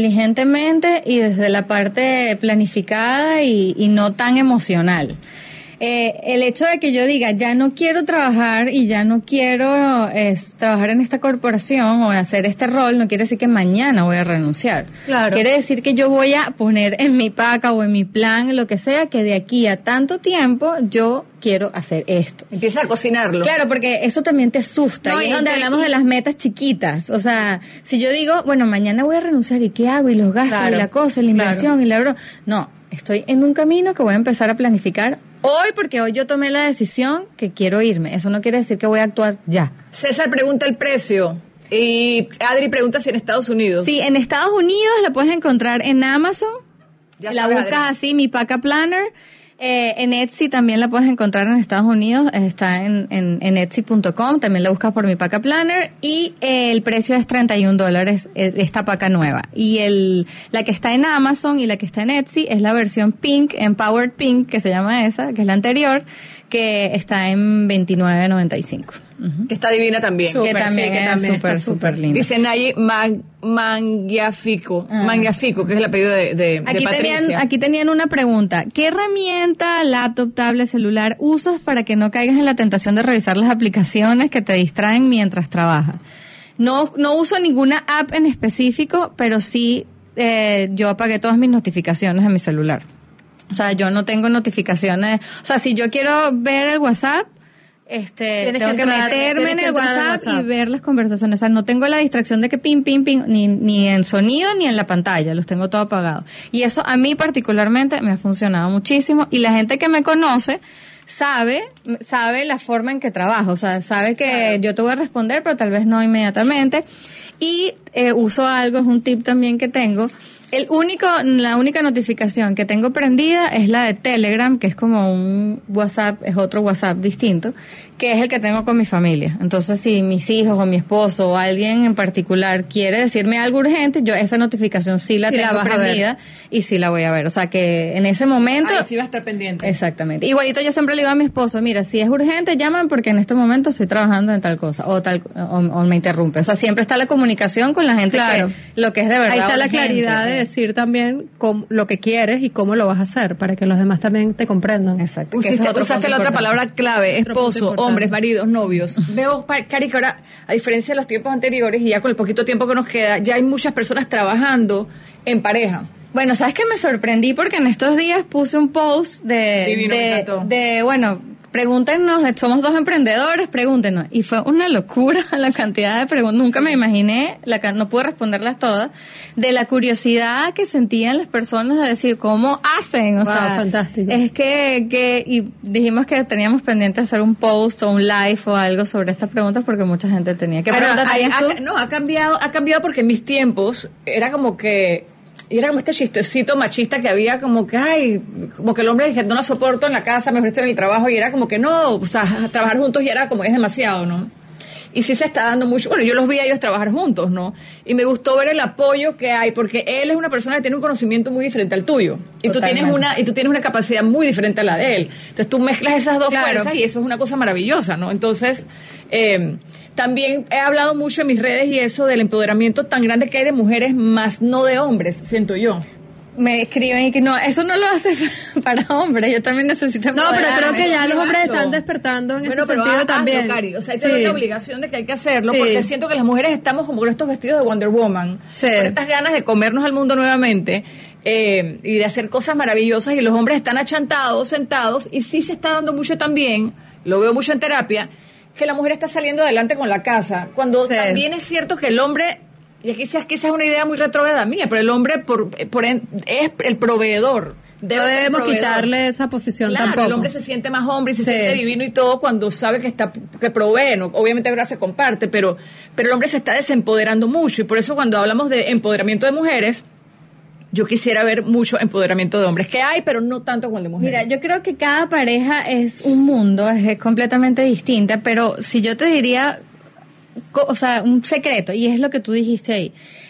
inteligentemente y desde la parte planificada y, y no tan emocional. Eh, el hecho de que yo diga, ya no quiero trabajar y ya no quiero es, trabajar en esta corporación o hacer este rol, no quiere decir que mañana voy a renunciar. Claro. Quiere decir que yo voy a poner en mi paca o en mi plan, lo que sea, que de aquí a tanto tiempo yo quiero hacer esto. Empieza a cocinarlo. Claro, porque eso también te asusta. No, y es y donde te- hablamos de las metas chiquitas. O sea, si yo digo, bueno, mañana voy a renunciar, ¿y qué hago? Y los gastos, Claro, y la cosa, y la claro. inversión, y la bro. No, estoy en un camino que voy a empezar a planificar hoy, porque hoy yo tomé la decisión que quiero irme. Eso no quiere decir que voy a actuar ya. César pregunta el precio. Y Adri pregunta si en Estados Unidos. Sí, en Estados Unidos la puedes encontrar en Amazon. Ya La sabes, buscas Adri. así, mi Paca Planner. Eh, en Etsy también la puedes encontrar en Estados Unidos, está en, en, en etsy punto com, también la buscas por mi Paca Planner y eh, el precio es treinta y un dólares eh, esta paca nueva. Y el la que está en Amazon y la que está en Etsy es la versión Pink, Empowered Pink, que se llama esa, que es la anterior, que está en veintinueve noventa y cinco. Uh-huh. Que está divina también. Súper, que también sí, que es también súper, está súper. súper linda. Dice Nayi Man- Mangiafico. Ah. Mangiafico, que es el apellido de, de, de Aquí Patricia. tenían, aquí tenían una pregunta. ¿Qué herramienta, laptop, tablet, celular usas para que no caigas en la tentación de revisar las aplicaciones que te distraen mientras trabajas? No, no uso ninguna app en específico, pero sí eh, yo apagué todas mis notificaciones de mi celular. O sea, yo no tengo notificaciones. O sea, si yo quiero ver el WhatsApp, este, Tienes tengo que que, entrar- meterme tienes en que el entrar al WhatsApp, WhatsApp. y ver las conversaciones. O sea, no tengo la distracción de que ping, ping, ping, ni, ni en sonido ni en la pantalla. Los tengo todo apagado. Y eso a mí particularmente me ha funcionado muchísimo. Y la gente que me conoce sabe, sabe la forma en que trabajo. O sea, sabe que Claro. yo te voy a responder, pero tal vez no inmediatamente. Y eh, uso algo, es un tip también que tengo. El único, la única notificación que tengo prendida es la de Telegram, que es como un WhatsApp, es otro WhatsApp distinto, que es el que tengo con mi familia. Entonces, si mis hijos o mi esposo o alguien en particular quiere decirme algo urgente, yo esa notificación sí la Sí la tengo vas a ver. prendida y sí la voy a ver. O sea, que en ese momento... Ay, sí va a estar pendiente. Exactamente. Igualito yo siempre le digo a mi esposo, mira, si es urgente, llaman porque en este momento estoy trabajando en tal cosa o tal o, o me interrumpe. O sea, siempre está la comunicación con la gente Claro. que lo que es de verdad. Ahí está la urgente. claridad de decir también cómo- lo que quieres y cómo lo vas a hacer para que los demás también te comprendan. Exacto. que ese Usiste, es otro usaste punto la otra importante. palabra clave, Otro punto esposo, importante. hombres, maridos, novios. Veo, pa- Cari, que ahora, a diferencia de los tiempos anteriores y ya con el poquito tiempo que nos queda, ya hay muchas personas trabajando en pareja. Bueno, ¿sabes qué? Me sorprendí porque en estos días puse un post de, Divino, me de, encantó. de, bueno, pregúntenos, somos dos emprendedores, pregúntenos. Y fue una locura la cantidad de preguntas. Nunca me imaginé, la, can- no pude responderlas todas, de la curiosidad que sentían las personas de decir, ¿cómo hacen? O Wow, sea, fantástico. es que, que, y dijimos que teníamos pendiente hacer un post o un live o algo sobre estas preguntas porque mucha gente tenía. ¿Qué Ahora, pregunta hay- tenías tú? ha- no, ha cambiado, ha cambiado porque en mis tiempos era como que, y era como este chistecito machista que había como que, ay, como que el hombre dije, no la soporto en la casa, mejor estoy en el trabajo, y era como que no, o sea, trabajar juntos y era como es demasiado, ¿no? Y sí se está dando mucho, bueno, yo los vi a ellos trabajar juntos, ¿no? Y me gustó ver el apoyo que hay, porque él es una persona que tiene un conocimiento muy diferente al tuyo. Y tú tienes Totalmente. una, y tú tienes una capacidad muy diferente a la de él. Entonces tú mezclas esas dos Claro. fuerzas y eso es una cosa maravillosa, ¿no? Entonces, eh, también he hablado mucho en mis redes y eso del empoderamiento tan grande que hay de mujeres, más no de hombres, siento yo. Me escriben y que no, eso no lo hace para hombres, yo también necesito No, pero creo que ya Hazlo. los hombres están despertando en Bueno, ese pero sentido hazlo, también. Cari. O sea, hay Sí. la obligación de que hay que hacerlo, Sí. porque siento que las mujeres estamos como con estos vestidos de Wonder Woman, Sí. con estas ganas de comernos al mundo nuevamente eh, y de hacer cosas maravillosas, y los hombres están achantados, sentados, y sí se está dando mucho también, lo veo mucho en terapia, que la mujer está saliendo adelante con la casa, cuando Sí. también es cierto que el hombre, y aquí quizás es una idea muy retrógrada mía, pero el hombre por, por en- es el proveedor. Debe No ser debemos proveedor. quitarle esa posición Claro, tampoco. el hombre se siente más hombre y se Sí. siente divino y todo cuando sabe que está que provee, ¿no? Obviamente ahora se comparte, pero pero el hombre se está desempoderando mucho, y por eso cuando hablamos de empoderamiento de mujeres, yo quisiera ver mucho empoderamiento de hombres, que hay, pero no tanto como el de mujeres. Mira, yo creo que cada pareja es un mundo, es, es completamente distinta, pero si yo te diría, co- o sea, un secreto, y es lo que tú dijiste ahí,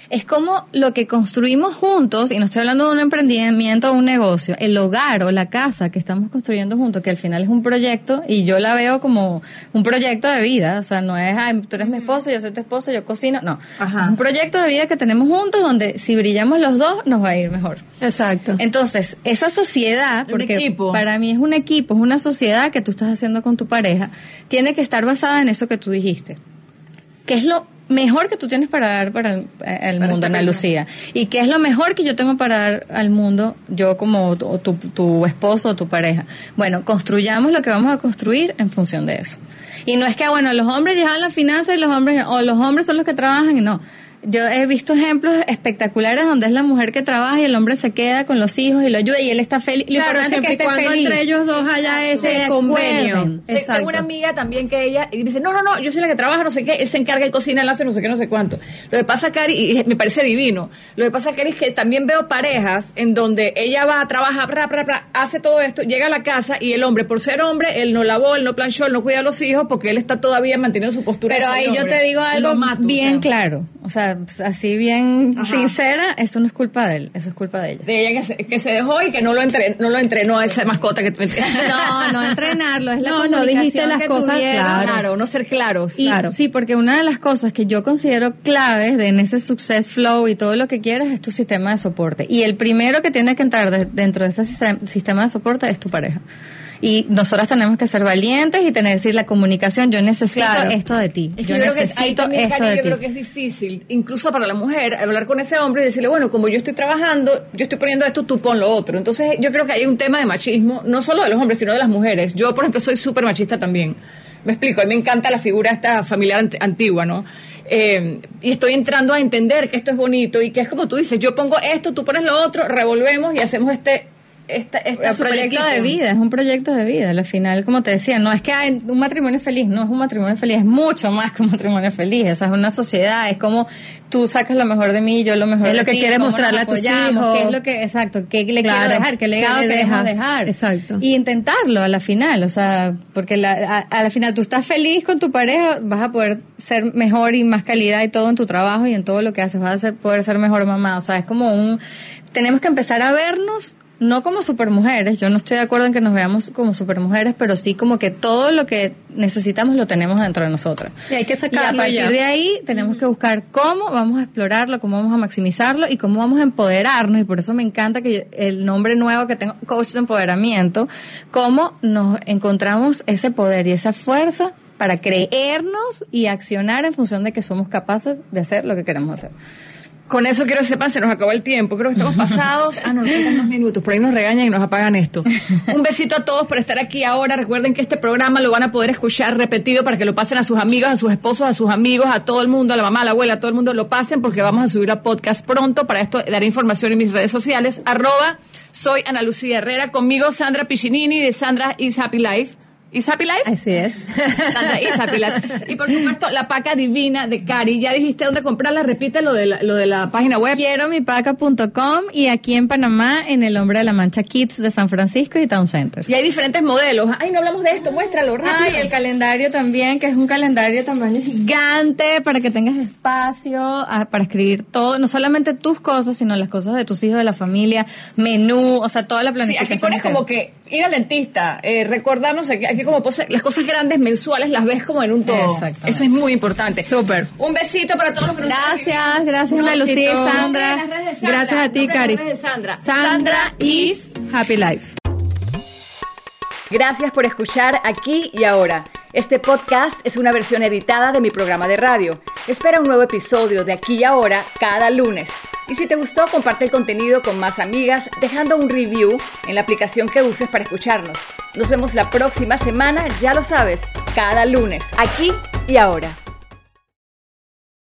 es como lo que construimos juntos, y no estoy hablando de un emprendimiento o un negocio, el hogar o la casa que estamos construyendo juntos, que al final es un proyecto, y yo la veo como un proyecto de vida, o sea, no es, ay, tú eres mi esposo, yo soy tu esposo, yo cocino, no. Ajá. Es un proyecto de vida que tenemos juntos donde si brillamos los dos nos va a ir mejor. Exacto. Entonces, esa sociedad, porque para mí es un equipo, es una sociedad que tú estás haciendo con tu pareja, tiene que estar basada en eso que tú dijiste. ¿Qué es lo mejor que tú tienes para dar para el, el mundo, Ana Lucía? ¿Y qué es lo mejor que yo tengo para dar al mundo, yo como tu, tu, tu esposo o tu pareja? Bueno, construyamos lo que vamos a construir en función de eso. Y no es que, bueno, los hombres llevan las finanzas y los hombres, o los hombres son los que trabajan, y no. Yo he visto ejemplos espectaculares donde es la mujer que trabaja y el hombre se queda con los hijos y lo ayuda y él está feliz. Lo claro, importante siempre es que esté y cuando feliz. Entre ellos dos haya ese convenio. Exacto. Tengo una amiga también que ella y dice, no, no, no, yo soy la que trabaja, no sé qué, él se encarga, él cocina, él hace no sé qué, no sé cuánto. Lo que pasa, Cari, y me parece divino, lo que pasa, Cari, es que también veo parejas en donde ella va a trabajar, bra, bra, bra, hace todo esto, llega a la casa y el hombre, por ser hombre, él no lavó, él no planchó, él no cuida a los hijos porque él está todavía manteniendo su postura. Pero ahí yo te digo algo mato, bien o sea. claro, o sea, así bien bien Ajá. sincera, eso no es culpa de él, eso es culpa de ella. De ella que se, que se dejó y que no lo entrenó, no lo entrenó a esa mascota que No, no entrenarlo, es la no, comunicación no dijiste las que cosas tuvieron. claro. claro, no ser claros. Y, claro. Sí, porque una de las cosas que yo considero claves de en ese success flow y todo lo que quieras es tu sistema de soporte. Y el primero que tiene que entrar de, dentro de ese sistema de soporte es tu pareja. Y nosotras tenemos que ser valientes y tener decir la comunicación, yo necesito claro. esto de ti, es yo, yo necesito también, esto Cari, de yo ti. Yo creo que es difícil, incluso para la mujer, hablar con ese hombre y decirle, bueno, como yo estoy trabajando, yo estoy poniendo esto, tú pon lo otro. Entonces yo creo que hay un tema de machismo, no solo de los hombres, sino de las mujeres. Yo, por ejemplo, soy súper machista también. Me explico, a mí me encanta la figura esta familiar ant- antigua, ¿no? Eh, y estoy entrando a entender que esto es bonito y que es como tú dices, yo pongo esto, tú pones lo otro, revolvemos y hacemos este... Esta, esta un proyecto de vida, es un proyecto de vida. Al final, como te decía, no es que hay un matrimonio feliz, no es un matrimonio feliz, es mucho más que un matrimonio feliz. Esa es una sociedad, es como tú sacas lo mejor de mí, yo lo mejor es de lo que ti, quieres mostrarle a tus hijos, qué es lo que, exacto, qué le claro, quiero dejar, qué legado qué le queremos dejas, dejar. Exacto. Y intentarlo a la final, o sea, porque la, a, a la final tú estás feliz con tu pareja, vas a poder ser mejor y más calidad y todo en tu trabajo y en todo lo que haces, vas a ser, poder ser mejor mamá. O sea, es como un, tenemos que empezar a vernos no como supermujeres, yo no estoy de acuerdo en que nos veamos como supermujeres, pero sí como que todo lo que necesitamos lo tenemos dentro de nosotras. Y hay que sacarlo. Y a partir ya. de ahí tenemos que buscar cómo vamos a explorarlo, cómo vamos a maximizarlo y cómo vamos a empoderarnos. Y por eso me encanta que yo, el nombre nuevo que tengo, Coach de Empoderamiento, cómo nos encontramos ese poder y esa fuerza para creernos y accionar en función de que somos capaces de hacer lo que queremos hacer. Con eso quiero que sepan, se nos acabó el tiempo. Creo que estamos pasados. Ah, no, nos quedan dos minutos. Por ahí nos regañan y nos apagan esto. Un besito a todos por estar aquí ahora. Recuerden que este programa lo van a poder escuchar repetido para que lo pasen a sus amigas, a sus esposos, a sus amigos, a todo el mundo, a la mamá, a la abuela, a todo el mundo lo pasen porque vamos a subir a podcast pronto. Para esto daré información en mis redes sociales. Arroba, soy Ana Lucía Herrera. Conmigo Sandra Piccinini de Sandra is Happy Life. ¿Is Happy Life? Así es. Sandra is Happy Life. Y por supuesto, la paca divina de Cari. Ya dijiste dónde comprarla, repite lo de la, lo de la página web. Quiero mi paca punto com y aquí en Panamá, en el Hombre de la Mancha Kids de San Francisco y Town Center. Y hay diferentes modelos. Ay, no hablamos de esto, muéstralo rápido. Ay, el calendario también, que es un calendario tamaño gigante para que tengas espacio a, para escribir todo, no solamente tus cosas, sino las cosas de tus hijos, de la familia, menú, o sea, toda la planificación. Sí, aquí pones como que ir al dentista, eh, recordarnos aquí, aquí como pose, las cosas grandes mensuales las ves como en un todo. Eso es muy importante. Súper. Un besito para todos los que nos Gracias, gracias Ana Lucía y Sandra. Gracias a ti, Cari. Sandra. Sandra is Happy Life. Gracias por escuchar Aquí y Ahora. Este podcast es una versión editada de mi programa de radio. Espera un nuevo episodio de Aquí y Ahora cada lunes. Y si te gustó, comparte el contenido con más amigas dejando un review en la aplicación que uses para escucharnos. Nos vemos la próxima semana, ya lo sabes, cada lunes, Aquí y Ahora.